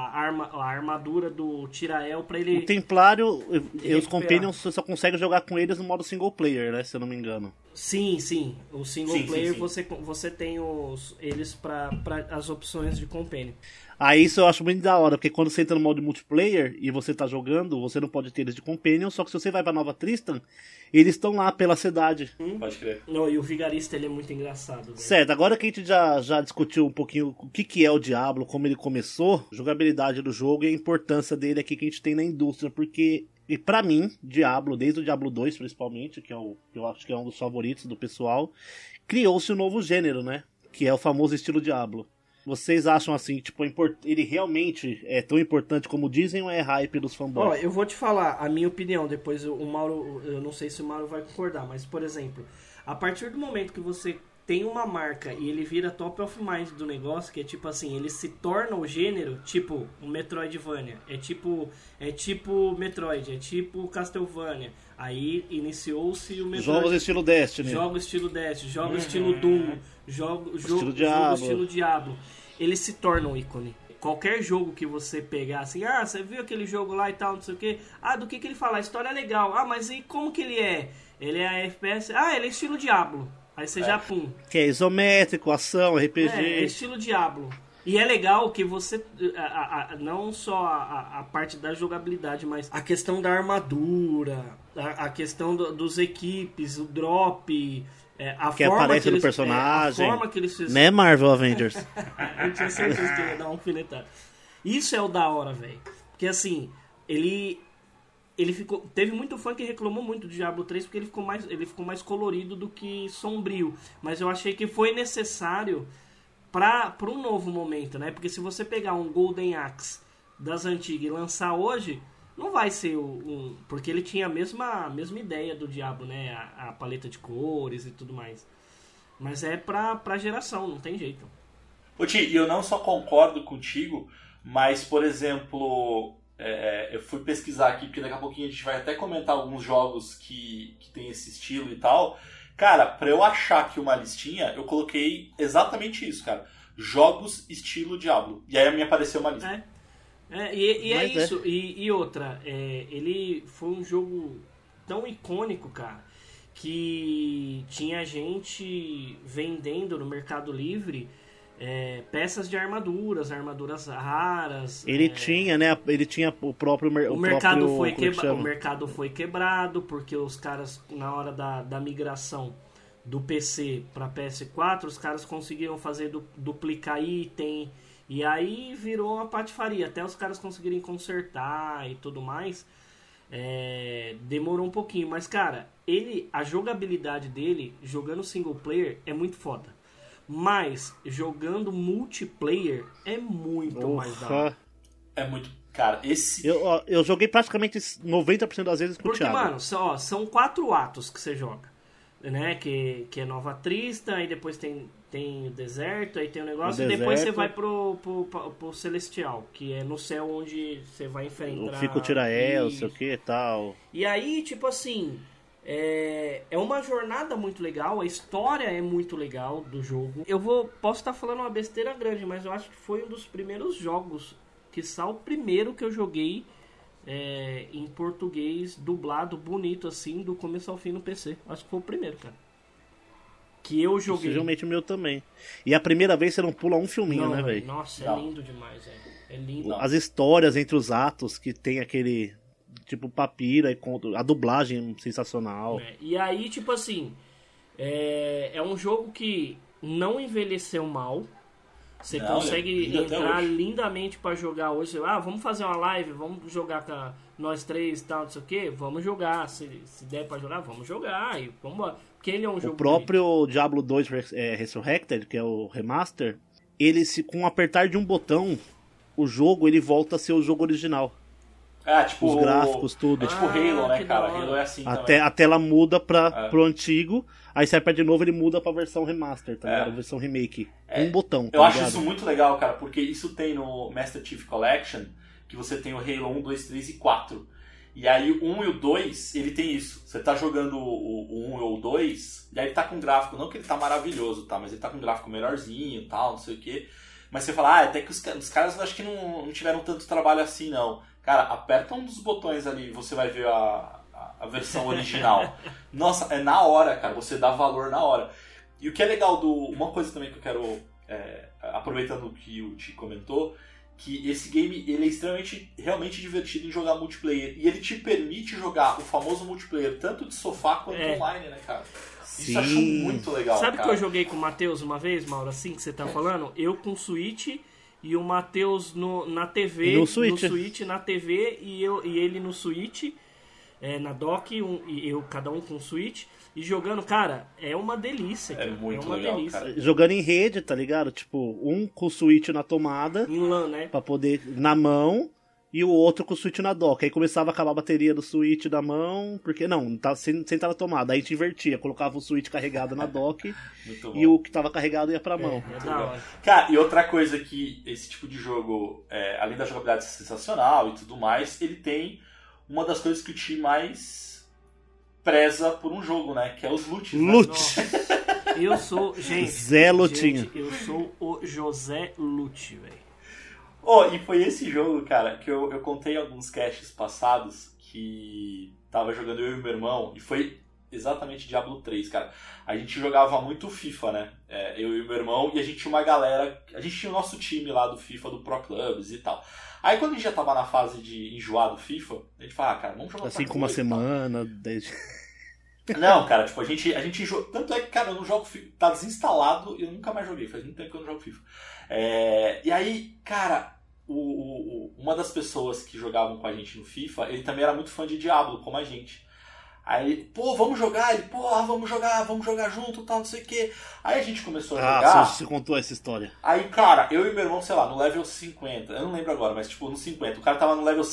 a armadura do Tirael pra ele... O Templário e os Companions você só consegue jogar com eles no modo single player, né? Se eu não me engano. Sim. O single player você tem eles para as opções de Companion. Aí isso eu acho muito da hora, porque quando você entra no modo multiplayer e você tá jogando, você não pode ter eles de Companion, só que se você vai pra Nova Tristan, eles estão lá pela cidade. Pode crer. Não, e o Vigarista, ele é muito engraçado. Velho. Certo, agora que a gente já discutiu um pouquinho o que é o Diablo, como ele começou, a jogabilidade do jogo e a importância dele aqui que a gente tem na indústria, porque... E pra mim, Diablo, desde o Diablo 2 principalmente, que eu acho que é um dos favoritos do pessoal, criou-se um novo gênero, né? Que é o famoso estilo Diablo. Vocês acham assim, tipo, ele realmente é tão importante como dizem ou é hype dos fanboys? Ó, eu vou te falar a minha opinião, depois o Mauro, eu não sei se o Mauro vai concordar, mas, por exemplo, a partir do momento que você tem uma marca e ele vira top of mind do negócio, que é tipo assim, ele se torna o gênero, tipo o Metroidvania, é tipo Metroid, é tipo Castlevania. Aí iniciou-se o Metroid. Jogos estilo Destiny. Jogos estilo Doom, jogo estilo Diablo. Ele se torna um ícone. Qualquer jogo que você pegar assim, você viu aquele jogo lá e tal, não sei o que. Do que ele fala? A história é legal. Mas e como que ele é? Ele é FPS? Ele é estilo Diablo. Aí você já pum. Que é isométrico, ação, RPG. É estilo Diablo. E é legal que você, não só a parte da jogabilidade, mas a questão da armadura, a questão dos equipes, o drop, a que forma aparece que eles, no personagem. A forma que eles fizeram. Né, Marvel Avengers? Eu tinha certeza que ia dar um alfinetada. Isso é o da hora, velho. Porque assim, ele ficou... Teve muito fã que reclamou muito do Diablo 3 porque ele ficou mais colorido do que sombrio. Mas eu achei que foi necessário para um novo momento, né? Porque se você pegar um Golden Axe das antigas e lançar hoje, não vai ser porque ele tinha a mesma ideia do Diablo, né? A paleta de cores e tudo mais. Mas é pra geração, não tem jeito. Ô Ti, eu não só concordo contigo, mas, por exemplo, eu fui pesquisar aqui, porque daqui a pouquinho a gente vai até comentar alguns jogos que tem esse estilo e tal. Cara, pra eu achar aqui uma listinha, eu coloquei exatamente isso, cara. Jogos estilo Diablo. E aí me apareceu uma lista. É isso. E outra, ele foi um jogo tão icônico, cara, que tinha gente vendendo no Mercado Livre peças de armaduras raras. Ele tinha, né? Ele tinha o próprio... O mercado foi quebrado porque os caras, na hora da migração do PC para PS4, os caras conseguiram fazer duplicar item, e aí virou uma patifaria, até os caras conseguirem consertar e tudo mais. Demorou um pouquinho, mas cara, a jogabilidade dele jogando single player é muito foda. Mas jogando multiplayer é muito mais da hora. É muito... Cara, Eu joguei praticamente 90% das vezes com o Thiago. Porque, mano, são 4 atos que você joga, né? Que é Nova Trista, aí depois tem o deserto, aí tem o negócio, e depois você vai pro Celestial, que é no céu onde você vai enfrentar... Fica o Tirael, sei o que e tal. E aí, tipo assim... É uma jornada muito legal, a história é muito legal do jogo. Posso estar falando uma besteira grande, mas eu acho que foi um dos primeiros jogos, quiçá o primeiro que eu joguei em português, dublado, bonito assim, do começo ao fim no PC. Acho que foi o primeiro, cara. Que eu joguei. Possivelmente o meu também. E a primeira vez você não pula um filminho, não, né, velho? Nossa, é lindo demais, velho. É lindo. As histórias entre os atos, que tem aquele... Tipo, papira e conto. A dublagem é sensacional. E aí, tipo assim, é um jogo que não envelheceu mal. Você consegue entrar lindamente pra jogar hoje. Vamos fazer uma live, vamos jogar com nós três e tal, não sei o que. Vamos jogar. Se der pra jogar, vamos jogar. E vamos embora. Porque ele é um jogo. O próprio bonito. Diablo 2 Resurrected, que é o remaster, ele, com o apertar de um botão, o jogo ele volta a ser o jogo original. Tipo os gráficos, tudo. É tipo Halo, né, cara? Halo é assim também. A tela muda pro antigo, aí você aperta de novo, ele muda pra versão remaster, tá ligado? A versão remake. Um botão, Eu acho isso muito legal, cara, porque isso tem no Master Chief Collection, que você tem o Halo 1, 2, 3 e 4. E aí o 1 e o 2, ele tem isso. Você tá jogando o 1 ou o 2, e aí ele tá com gráfico, não que ele tá maravilhoso, tá? Mas ele tá com gráfico melhorzinho e tal, não sei o quê. Mas você fala, até que os caras eu acho que não tiveram tanto trabalho assim, não. Cara, aperta um dos botões ali e você vai ver a versão original. Nossa, é na hora, cara. Você dá valor na hora. E o que é legal uma coisa também que eu quero... aproveitando o que o Ti comentou, que esse game ele é extremamente, realmente divertido em jogar multiplayer. E ele te permite jogar o famoso multiplayer tanto de sofá quanto online, né, cara? Isso eu acho muito legal, Sabe cara. Que eu joguei com o Matheus uma vez, Mauro, assim que você tá falando? Eu com Switch... E o Matheus na TV, no Switch na TV, e ele no Switch, na dock, e eu, cada um com o Switch, e jogando, cara, é uma delícia. É muito legal, delícia. Cara. Jogando em rede, tá ligado? Tipo, um com o Switch na tomada, em LAN, né? Pra poder, na mão, e o outro com o Switch na dock. Aí começava a acabar a bateria do Switch da mão, porque sem estar na tomada. Aí a gente invertia, colocava o Switch carregado na dock e o que tava carregado ia pra mão. Cara, e outra coisa que esse tipo de jogo, além da jogabilidade sensacional e tudo mais, ele tem uma das coisas que o time mais preza por um jogo, né? Que é os loots. Loot! Né? Eu sou, gente... Zé Lutinho. Eu sou o José Lute, velho. E foi esse jogo, cara, que eu contei em alguns casts passados que tava jogando eu e meu irmão, e foi exatamente Diablo 3, cara. A gente jogava muito FIFA, né? Eu e meu irmão, e a gente tinha uma galera, a gente tinha o nosso time lá do FIFA, do Pro Clubs e tal. Aí quando a gente já tava na fase de enjoar do FIFA, a gente fala, cara, vamos jogar assim com uma semana, desde... Não, cara, tipo, a gente enjoou. Tanto é que, cara, eu não jogo FIFA, tá desinstalado e eu nunca mais joguei, faz muito tempo que eu não jogo FIFA. E aí, cara, uma das pessoas que jogavam com a gente no FIFA, ele também era muito fã de Diablo, como a gente. Aí, vamos jogar? Ele, vamos jogar junto, tal, não sei o quê. Aí a gente começou a jogar. Você contou essa história. Aí, cara, eu e meu irmão, sei lá, no level 50, eu não lembro agora, mas tipo, no 50, o cara tava no level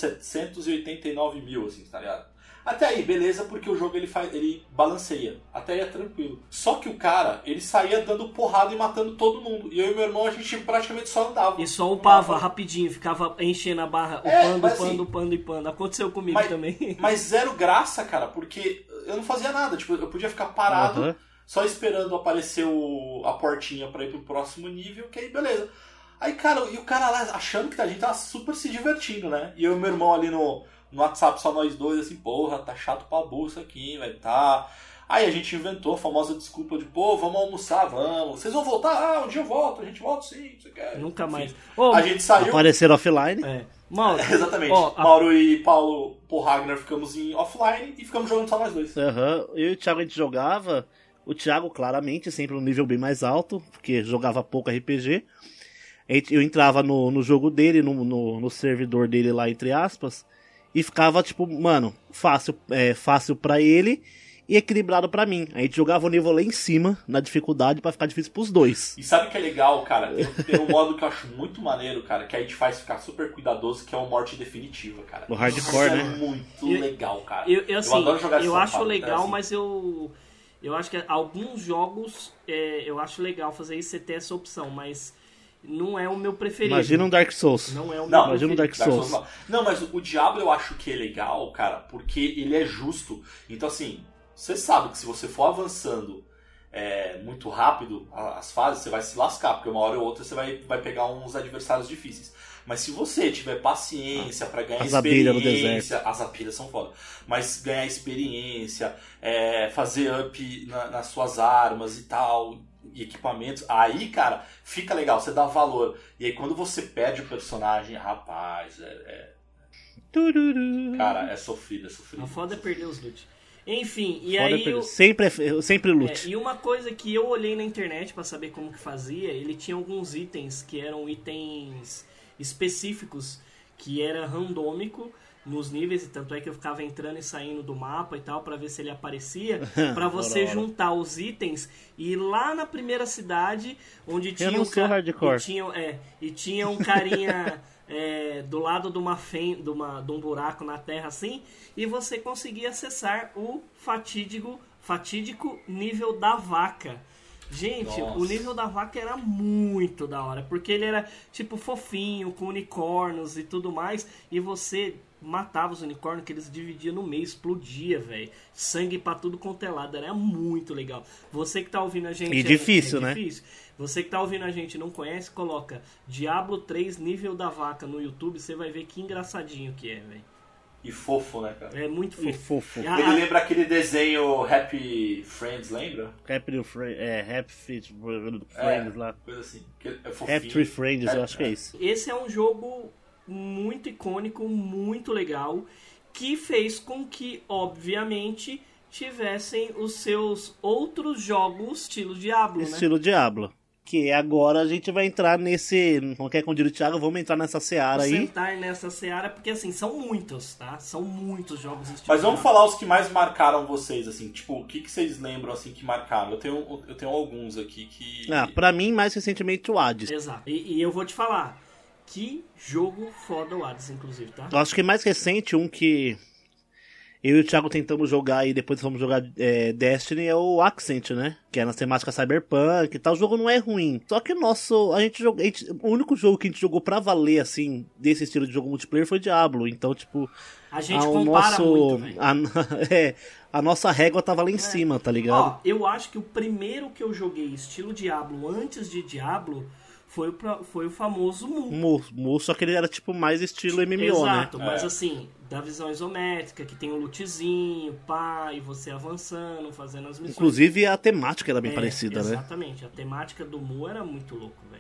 789 mil, assim, tá ligado? Até aí, beleza, porque o jogo ele balanceia. Até aí é tranquilo. Só que o cara, ele saía dando porrada e matando todo mundo. E eu e meu irmão, a gente praticamente só andava. E só upava rapidinho, ficava enchendo a barra, upando. Aconteceu comigo também. Mas zero graça, cara, porque eu não fazia nada. Tipo, eu podia ficar parado, só esperando aparecer a portinha pra ir pro próximo nível, que aí beleza. Aí, cara, e o cara lá achando que a gente tava super se divertindo, né? E eu e meu irmão ali no WhatsApp, só nós dois, assim, porra, tá chato pra bolsa aqui, vai tá. Aí a gente inventou a famosa desculpa de, vamos almoçar, vamos. Vocês vão voltar? Um dia eu volto, a gente volta sim, você quer. Nunca mais. A gente saiu. Apareceram offline. Mauro, exatamente. Mauro e Paulo Ragnar ficamos em offline e ficamos jogando só nós dois. Eu e o Thiago, a gente jogava. O Thiago, claramente, sempre um nível bem mais alto, porque jogava pouco RPG. Eu entrava no jogo dele, no servidor dele lá, entre aspas. E ficava, tipo, mano, fácil pra ele e equilibrado pra mim. A gente jogava o nível lá em cima, na dificuldade, pra ficar difícil pros dois. E sabe o que é legal, cara? Tem um modo que eu acho muito maneiro, cara, que a gente faz ficar super cuidadoso, que é o morte definitiva, cara. No hardcore, né? É muito legal, cara. Eu adoro jogar eu acho legal, assim. Mas eu acho que alguns jogos eu acho legal fazer isso, você ter essa opção, mas... Não é o meu preferido. Imagina um Dark Souls. Não é o meu Imagina um Dark Souls. Não, mas o Diablo eu acho que é legal, cara, porque ele é justo. Então, assim, você sabe que se você for avançando muito rápido as fases, você vai se lascar, porque uma hora ou outra você vai pegar uns adversários difíceis. Mas se você tiver paciência pra ganhar experiência... As abelhas são foda. Mas ganhar experiência, fazer up nas suas armas e tal, e equipamentos, aí, cara, fica legal, você dá valor. E aí quando você perde o personagem, rapaz, cara, é sofrido. A foda é perder os loot. Enfim, e Foda aí... Sempre lute. E uma coisa que eu olhei na internet pra saber como que fazia, ele tinha alguns itens que eram itens específicos, que era randômico nos níveis, e tanto é que eu ficava entrando e saindo do mapa e tal, pra ver se ele aparecia, pra você juntar os itens e ir lá na primeira cidade, onde tinha hardcore. E tinha um carinha... do lado de um buraco na terra assim, e você conseguia acessar o fatídico nível da vaca. Gente, Nossa. O nível da vaca era muito da hora, porque ele era tipo fofinho, com unicórnios e tudo mais, e você matava os unicórnios que eles dividiam no meio, explodia, velho. Sangue pra tudo quanto é lado, era muito legal. Você que tá ouvindo a gente... E difícil, né? Difícil. Você que tá ouvindo a gente e não conhece, coloca Diablo 3 nível da vaca no YouTube, você vai ver que engraçadinho que é, velho. E fofo, né, cara? É muito fofo. Ele lembra aquele desenho Happy Friends, lembra? Happy Friends lá. Coisa assim. É fofinho. Happy Friends, eu acho que é isso. Esse é um jogo muito icônico, muito legal, que fez com que, obviamente, tivessem os seus outros jogos estilo Diablo, né? Estilo Diablo. Que agora a gente vai entrar nesse... Não quer condir o Thiago, vamos entrar nessa seara aí. Sentar nessa seara, porque assim, são muitos, tá? São muitos jogos estilo Mas vamos Diablo. falar os que mais marcaram vocês, assim. Tipo, o que vocês lembram, assim, que marcaram? Eu tenho alguns aqui que... Pra mim, mais recentemente, o Hades. Exato. E eu vou te falar, que jogo foda o Hades, inclusive, tá? Eu acho que mais recente, um que eu e o Thiago tentamos jogar e depois fomos jogar Destiny, é o Accent, né? Que é na temática cyberpunk e tal. O jogo não é ruim. Só que o único jogo que a gente jogou pra valer, assim, desse estilo de jogo multiplayer foi Diablo. Então, tipo... A gente compara muito, velho. A nossa régua tava lá em cima, tá ligado? Ó, eu acho que o primeiro que eu joguei estilo Diablo antes de Diablo foi o famoso Mu. Mu, só que ele era tipo mais estilo MMO, Exato, né? mas assim, da visão isométrica, que tem o lootzinho, pá, e você avançando, fazendo as missões. Inclusive a temática era bem parecida, né? Exatamente, a temática do Mu era muito louco, velho.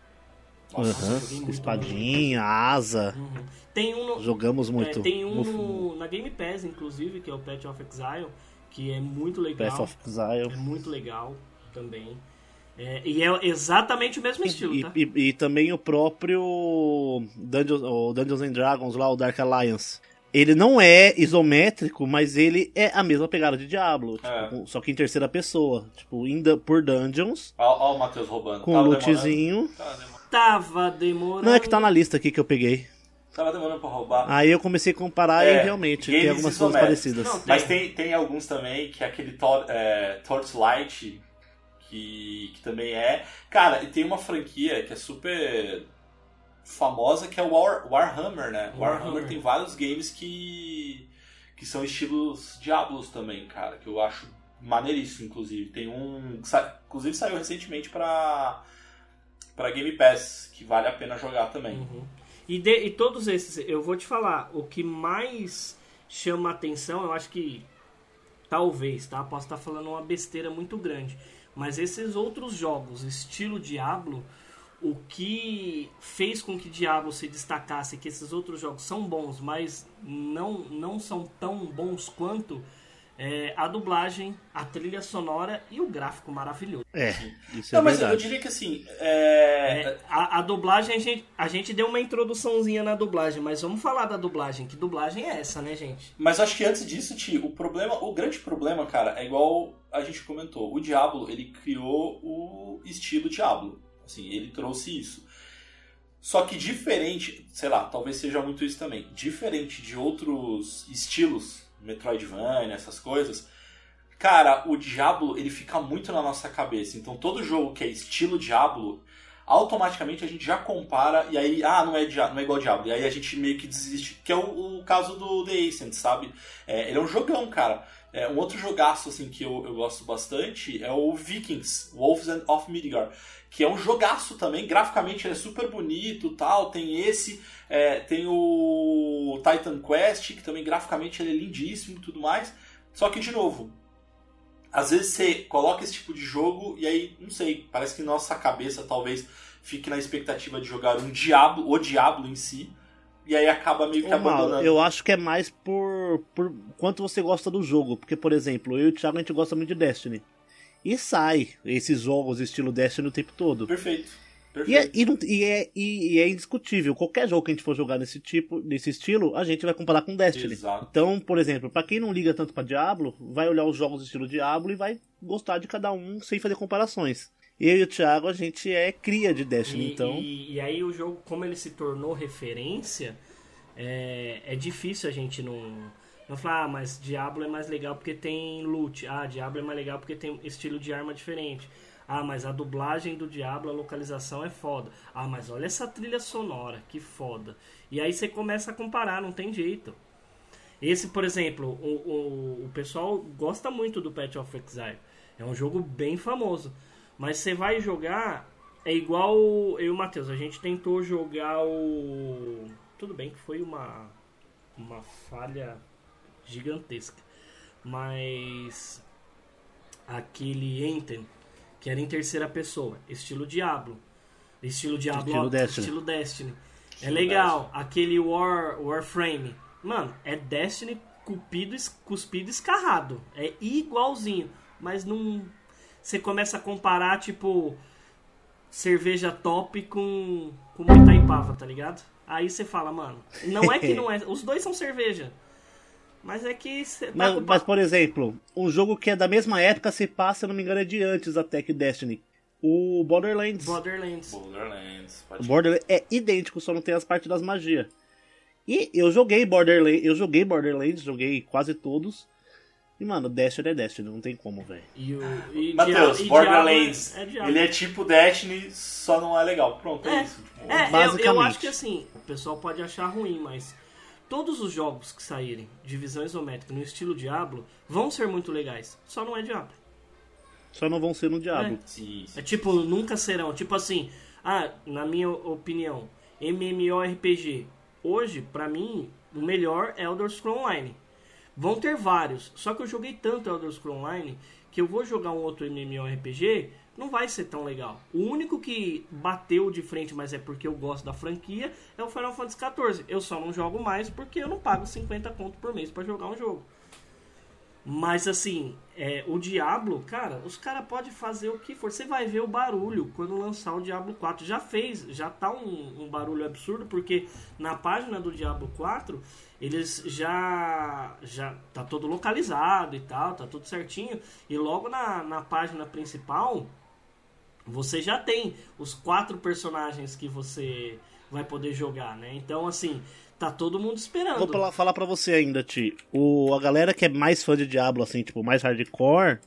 Espadinha, asa. Tem um jogamos muito. Tem um na Game Pass, inclusive, que é o Path of Exile, que é muito legal. Path of Exile. É muito legal também. E é exatamente o mesmo estilo, tá? E também o próprio Dungeons and Dragons lá, o Dark Alliance. Ele não é isométrico, mas ele é a mesma pegada de Diablo. Tipo, só que em terceira pessoa. Tipo, indo por dungeons. Ó o Matheus roubando. Com um lootzinho. Tava demorando. Não, é que tá na lista aqui que eu peguei. Tava demorando pra roubar. Aí eu comecei a comparar e realmente tem algumas coisas parecidas. Não, mas tem alguns também, que é aquele Torchlight... Que também é... Cara, e tem uma franquia que é super famosa, que é o Warhammer, né? Warhammer tem vários games que são estilos Diablos também, cara. Que eu acho maneiríssimo, inclusive. Tem um... Inclusive saiu recentemente pra Game Pass, que vale a pena jogar também. E todos esses, eu vou te falar, o que mais chama a atenção, eu acho que... Talvez, tá? Posso estar falando uma besteira muito grande. Mas esses outros jogos, estilo Diablo, o que fez com que Diablo se destacasse, que esses outros jogos são bons, mas não são tão bons quanto, a dublagem, a trilha sonora e o gráfico maravilhoso. Isso é mas verdade. eu diria que assim... A dublagem, a gente deu uma introduçãozinha na dublagem, mas vamos falar da dublagem. Que dublagem é essa, né, gente? Mas acho que antes disso, Ti, o grande problema, cara, é igual a gente comentou. O Diablo, ele criou o estilo Diablo. Assim, ele trouxe isso. Só que diferente, sei lá, talvez seja muito isso também. Diferente de outros estilos, Metroidvania, essas coisas... Cara, o Diablo, ele fica muito na nossa cabeça. Então, todo jogo que é estilo Diablo, automaticamente a gente já compara e aí, não é igual Diablo. E aí a gente meio que desiste, que é o caso do The Ascent, sabe? Ele é um jogão, cara. Um outro jogaço assim, que eu gosto bastante é o Vikings, Wolves of Midgard, que é um jogaço também, graficamente ele é super bonito, tal. Tem tem o Titan Quest, que também graficamente ele é lindíssimo e tudo mais. Só que, de novo, às vezes você coloca esse tipo de jogo e aí, não sei, parece que nossa cabeça talvez fique na expectativa de jogar o Diablo em si, e aí acaba meio que abandonando. Eu acho que é mais por quanto você gosta do jogo. Porque, por exemplo, eu e o Thiago, a gente gosta muito de Destiny. E sai esses jogos estilo Destiny o tempo todo. Perfeito. E é indiscutível. Qualquer jogo que a gente for jogar nesse estilo, a gente vai comparar com Destiny. Exato. Então, por exemplo, pra quem não liga tanto pra Diablo, vai olhar os jogos estilo Diablo e vai gostar de cada um sem fazer comparações. Eu e o Thiago, a gente é cria de Destiny, então... E aí o jogo, como ele se tornou referência, é difícil a gente não falar, mas Diablo é mais legal porque tem loot. Diablo é mais legal porque tem estilo de arma diferente. Mas a dublagem do Diablo, a localização é foda. Mas olha essa trilha sonora, que foda. E aí você começa a comparar, não tem jeito. Esse, por exemplo, o pessoal gosta muito do Path of Exile. É um jogo bem famoso. Mas você vai jogar, é igual eu e o Matheus. A gente tentou jogar o... Tudo bem que foi uma falha gigantesca. Mas aquele Anthem, que era em terceira pessoa, estilo Diablo. Estilo Destiny. É legal. Aquele Warframe. Mano, é Destiny cuspido escarrado. É igualzinho. Mas não... Você começa a comparar, tipo, cerveja top com Itaipava, tá ligado? Aí você fala, mano, não é que não é... Os dois são cerveja. Mas é que... Mas, por exemplo, um jogo que é da mesma época, se passa, se eu não me engano, é de antes até que Destiny. O Borderlands. O Borderlands é idêntico, só não tem as partes das magias. E eu joguei Borderlands, joguei quase todos. E, mano, Destiny é Destiny, não tem como, velho. Matheus, Borderlands, Diablo. ele é tipo Destiny, só não é legal. Pronto, é isso. Basicamente. Eu acho que assim, o pessoal pode achar ruim, mas todos os jogos que saírem de visão isométrica no estilo Diablo vão ser muito legais. Só não é Diablo. Só não vão ser no Diablo. Sim. Tipo, nunca serão. Tipo assim, na minha opinião, MMORPG. Hoje, pra mim, o melhor é Elder Scrolls Online. Vão ter vários, só que eu joguei tanto Elder Scrolls Online que eu vou jogar um outro MMORPG, não vai ser tão legal. O único que bateu de frente, mas é porque eu gosto da franquia, é o Final Fantasy XIV. Eu só não jogo mais porque eu não pago 50 conto por mês pra jogar um jogo. Mas assim, o Diablo, cara, os caras podem fazer o que for. Você vai ver o barulho quando lançar o Diablo 4. Já tá um barulho absurdo, porque na página do Diablo 4, eles já tá todo localizado e tal, tá tudo certinho. E logo na página principal, você já tem os 4 personagens que você vai poder jogar, né? Então, assim... Tá todo mundo esperando. Vou falar pra você ainda, Ti. A galera que é mais fã de Diablo, assim, tipo, mais hardcore,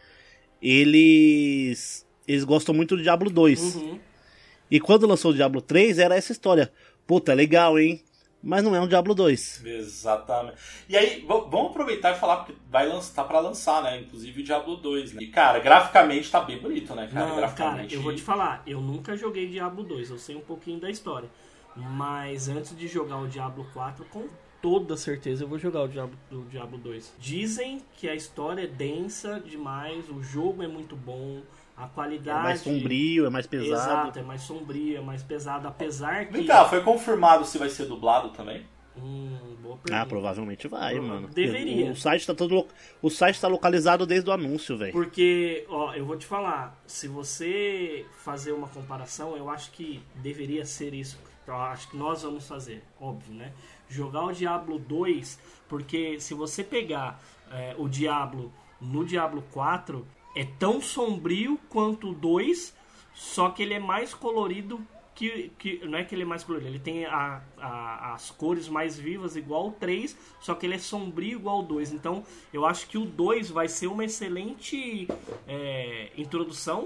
eles gostam muito do Diablo 2. Uhum. E quando lançou o Diablo 3, era essa história. Puta, legal, hein? Mas não é um Diablo 2. Exatamente. E aí, vamos aproveitar e falar, porque tá pra lançar, né? Inclusive o Diablo 2, né? E, cara, graficamente tá bem bonito, né, cara? Não, graficamente. Cara, eu vou te falar, eu nunca joguei Diablo 2, eu sei um pouquinho da história. Mas antes de jogar o Diablo 4, com toda certeza eu vou jogar o Diablo 2. Dizem que a história é densa demais, o jogo é muito bom, a qualidade... É mais sombrio, é mais pesado. Exato, é mais sombrio, é mais pesado, apesar que... Vem cá, foi confirmado se vai ser dublado também? Boa pergunta. Provavelmente vai, mano. Deveria. O site tá localizado desde o anúncio, velho. Porque, eu vou te falar, se você fazer uma comparação, eu acho que deveria ser isso. Eu acho que nós vamos fazer, óbvio, né? Jogar o Diablo 2, porque se você pegar o Diablo no Diablo 4, é tão sombrio quanto o 2, só que ele é mais colorido que não é que ele é mais colorido, ele tem as cores mais vivas igual o 3, só que ele é sombrio igual o 2. Então, eu acho que o 2 vai ser uma excelente introdução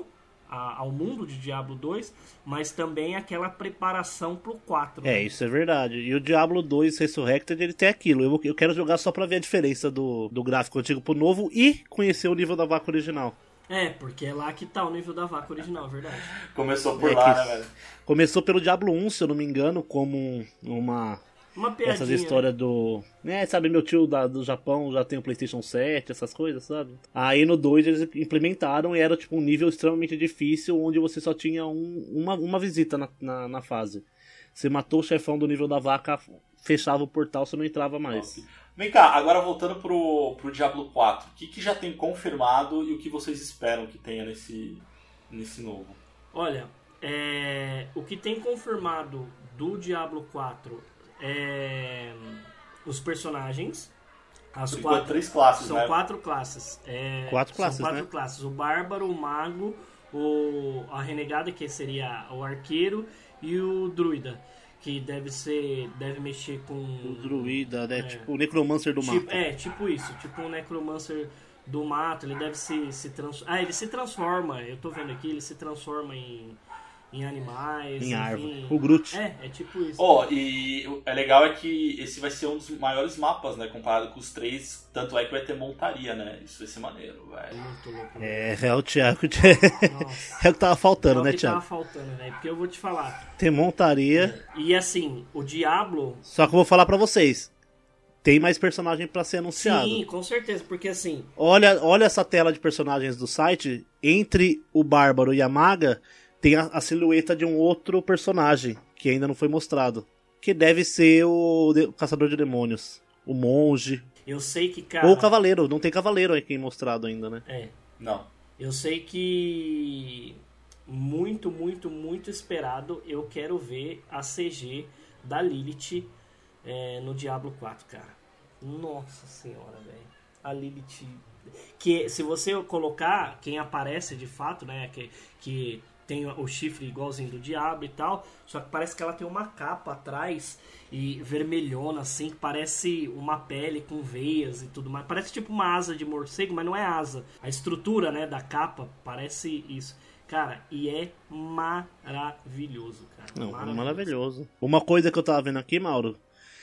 ao mundo de Diablo 2, mas também aquela preparação pro 4. É, isso é verdade. E o Diablo 2 Resurrected, ele tem aquilo. Eu quero jogar só pra ver a diferença do gráfico antigo pro novo e conhecer o nível da vaca original. É, porque é lá que tá o nível da vaca original, é verdade. Começou por lá, né, velho? Começou pelo Diablo 1, se eu não me engano, como uma piadinha. Essas histórias do... sabe, meu tio do Japão já tem o PlayStation 7, essas coisas, sabe? Aí no 2 eles implementaram e era tipo um nível extremamente difícil, onde você só tinha uma visita na fase. Você matou o chefão do nível da vaca, fechava o portal, você não entrava mais. Nossa. Vem cá, agora voltando pro Diablo 4, o que já tem confirmado e o que vocês esperam que tenha nesse novo? Olha, o que tem confirmado do Diablo 4 é os personagens. As Por quatro, 3 classes, são né? 4 classes. Quatro classes, são 4 né? classes. O Bárbaro, o Mago, a Renegada, que seria o Arqueiro, e o Druida, que deve mexer com... O Druida, né? Tipo o Necromancer do mato. Tipo isso. Tipo um Necromancer do mato. Ele deve se transformar... ele se transforma. Eu tô vendo aqui, ele se transforma em animais, em árvore. enfim. O Groot. É tipo isso. E é legal é que esse vai ser um dos maiores mapas, né? Comparado com os 3. Tanto é que vai ter montaria, né? Isso vai ser maneiro, velho. Muito louco. É o Thiago. É o que tava faltando, né, Thiago? Tava faltando, velho. Porque eu vou te falar. Tem montaria. E assim, o Diablo... Só que eu vou falar pra vocês. Tem mais personagem pra ser anunciado. Sim, com certeza. Porque assim... Olha essa tela de personagens do site. Entre o Bárbaro e a Maga... Tem a silhueta de um outro personagem que ainda não foi mostrado. Que deve ser o Caçador de Demônios. O Monge. Eu sei que, cara... Ou o Cavaleiro. Não tem Cavaleiro aqui mostrado ainda, né? Não. Eu sei que... Muito, muito, muito esperado. Eu quero ver a CG da Lilith no Diablo 4, cara. Nossa senhora, velho. A Lilith... Que se você colocar quem aparece de fato, né? Que tem o chifre igualzinho do Diablo e tal, só que parece que ela tem uma capa atrás e vermelhona assim, que parece uma pele com veias e tudo mais. Parece tipo uma asa de morcego, mas não é asa. A estrutura, né, da capa parece isso. Cara, e é maravilhoso, cara. Não, maravilhoso. Uma coisa que eu tava vendo aqui, Mauro,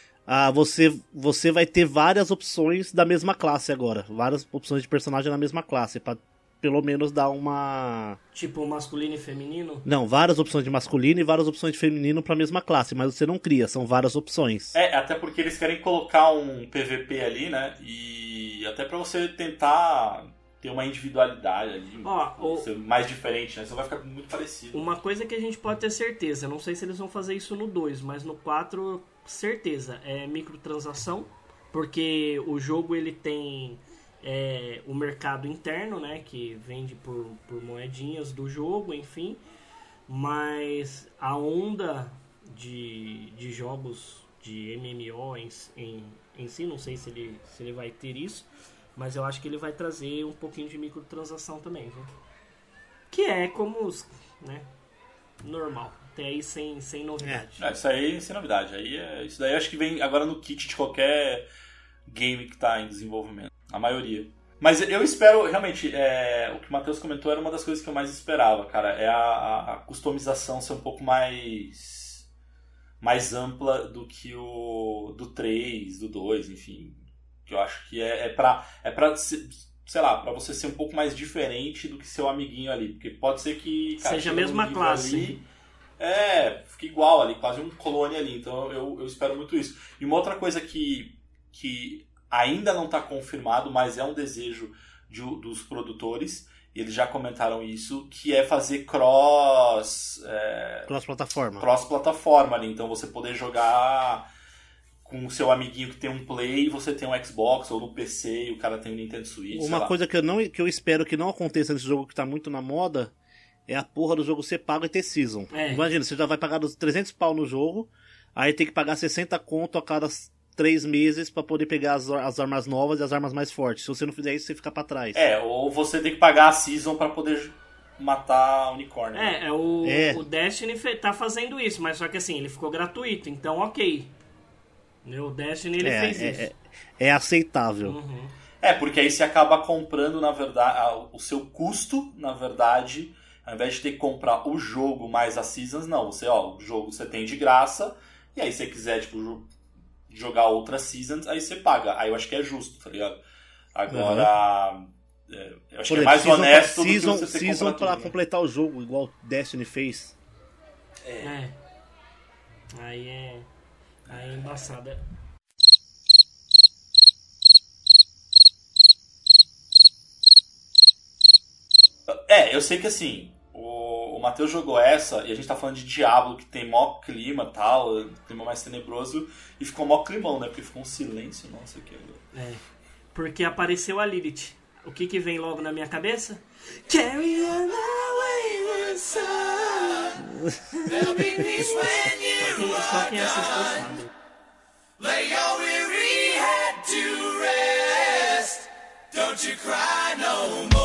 você vai ter várias opções da mesma classe agora. Várias opções de personagem na mesma classe, pra pelo menos dar uma... Tipo masculino e feminino? Não, várias opções de masculino e várias opções de feminino pra mesma classe, mas você não cria, são várias opções. Até porque eles querem colocar um PVP ali, né? E até pra você tentar ter uma individualidade ali, ser mais diferente, né? Você vai ficar muito parecido. Uma coisa que a gente pode ter certeza, não sei se eles vão fazer isso no 2, mas no 4, certeza, é microtransação, porque o jogo ele tem... o mercado interno, né, que vende por moedinhas do jogo, enfim, mas a onda de jogos de MMO em si, não sei se ele vai ter isso, mas eu acho que ele vai trazer um pouquinho de microtransação também, viu? Que é como né, normal, até aí sem novidade. Isso aí sem novidade, isso daí eu acho que vem agora no kit de qualquer game que está em desenvolvimento. A maioria. Mas eu espero, realmente, o que o Matheus comentou era uma das coisas que eu mais esperava, cara. É a customização ser um pouco mais ampla do que do 3, do 2, enfim. Que eu acho que é pra sei lá, pra você ser um pouco mais diferente do que seu amiguinho ali. Porque pode ser que... Cara, seja a mesma classe. Ali, fica igual ali, quase um clone ali. Então eu espero muito isso. E uma outra coisa que ainda não está confirmado, mas é um desejo dos produtores, e eles já comentaram isso, que é fazer cross-plataforma. Cross-plataforma ali, então você poder jogar com o seu amiguinho que tem um Play, e você tem um Xbox, ou no PC, e o cara tem um Nintendo Switch. Uma coisa que eu espero que não aconteça nesse jogo que está muito na moda, é a porra do jogo ser pago e ter season. Imagina, você já vai pagar os 300 pau no jogo, aí tem que pagar 60 conto a cada 3 meses pra poder pegar as armas novas e as armas mais fortes. Se você não fizer isso, você fica pra trás. Ou você tem que pagar a season pra poder matar unicórnio. O Destiny tá fazendo isso, mas só que assim, ele ficou gratuito, então ok. O Destiny ele fez isso. É aceitável. Uhum. Porque aí você acaba comprando, na verdade, o seu custo, na verdade, Ao invés de ter que comprar o jogo mais as seasons, não. O jogo você tem de graça, e aí se você quiser, tipo, jogar outras seasons, aí você paga. Aí eu acho que é justo, tá ligado? Agora, eu acho que é mais honesto do que você ter season comprado pra tudo, né? completar o jogo, igual Destiny fez. Aí é embaçado. Eu sei que assim, o Matheus jogou essa e a gente tá falando de Diablo, que tem mó clima e tal, clima mais tenebroso, e ficou mó climão, né? Porque ficou um silêncio, nossa, que Porque apareceu a Lilith. O que vem logo na minha cabeça? Carry on away the sun. Só quem assistiu sabe. Lay your weary head to rest. Don't you cry no more.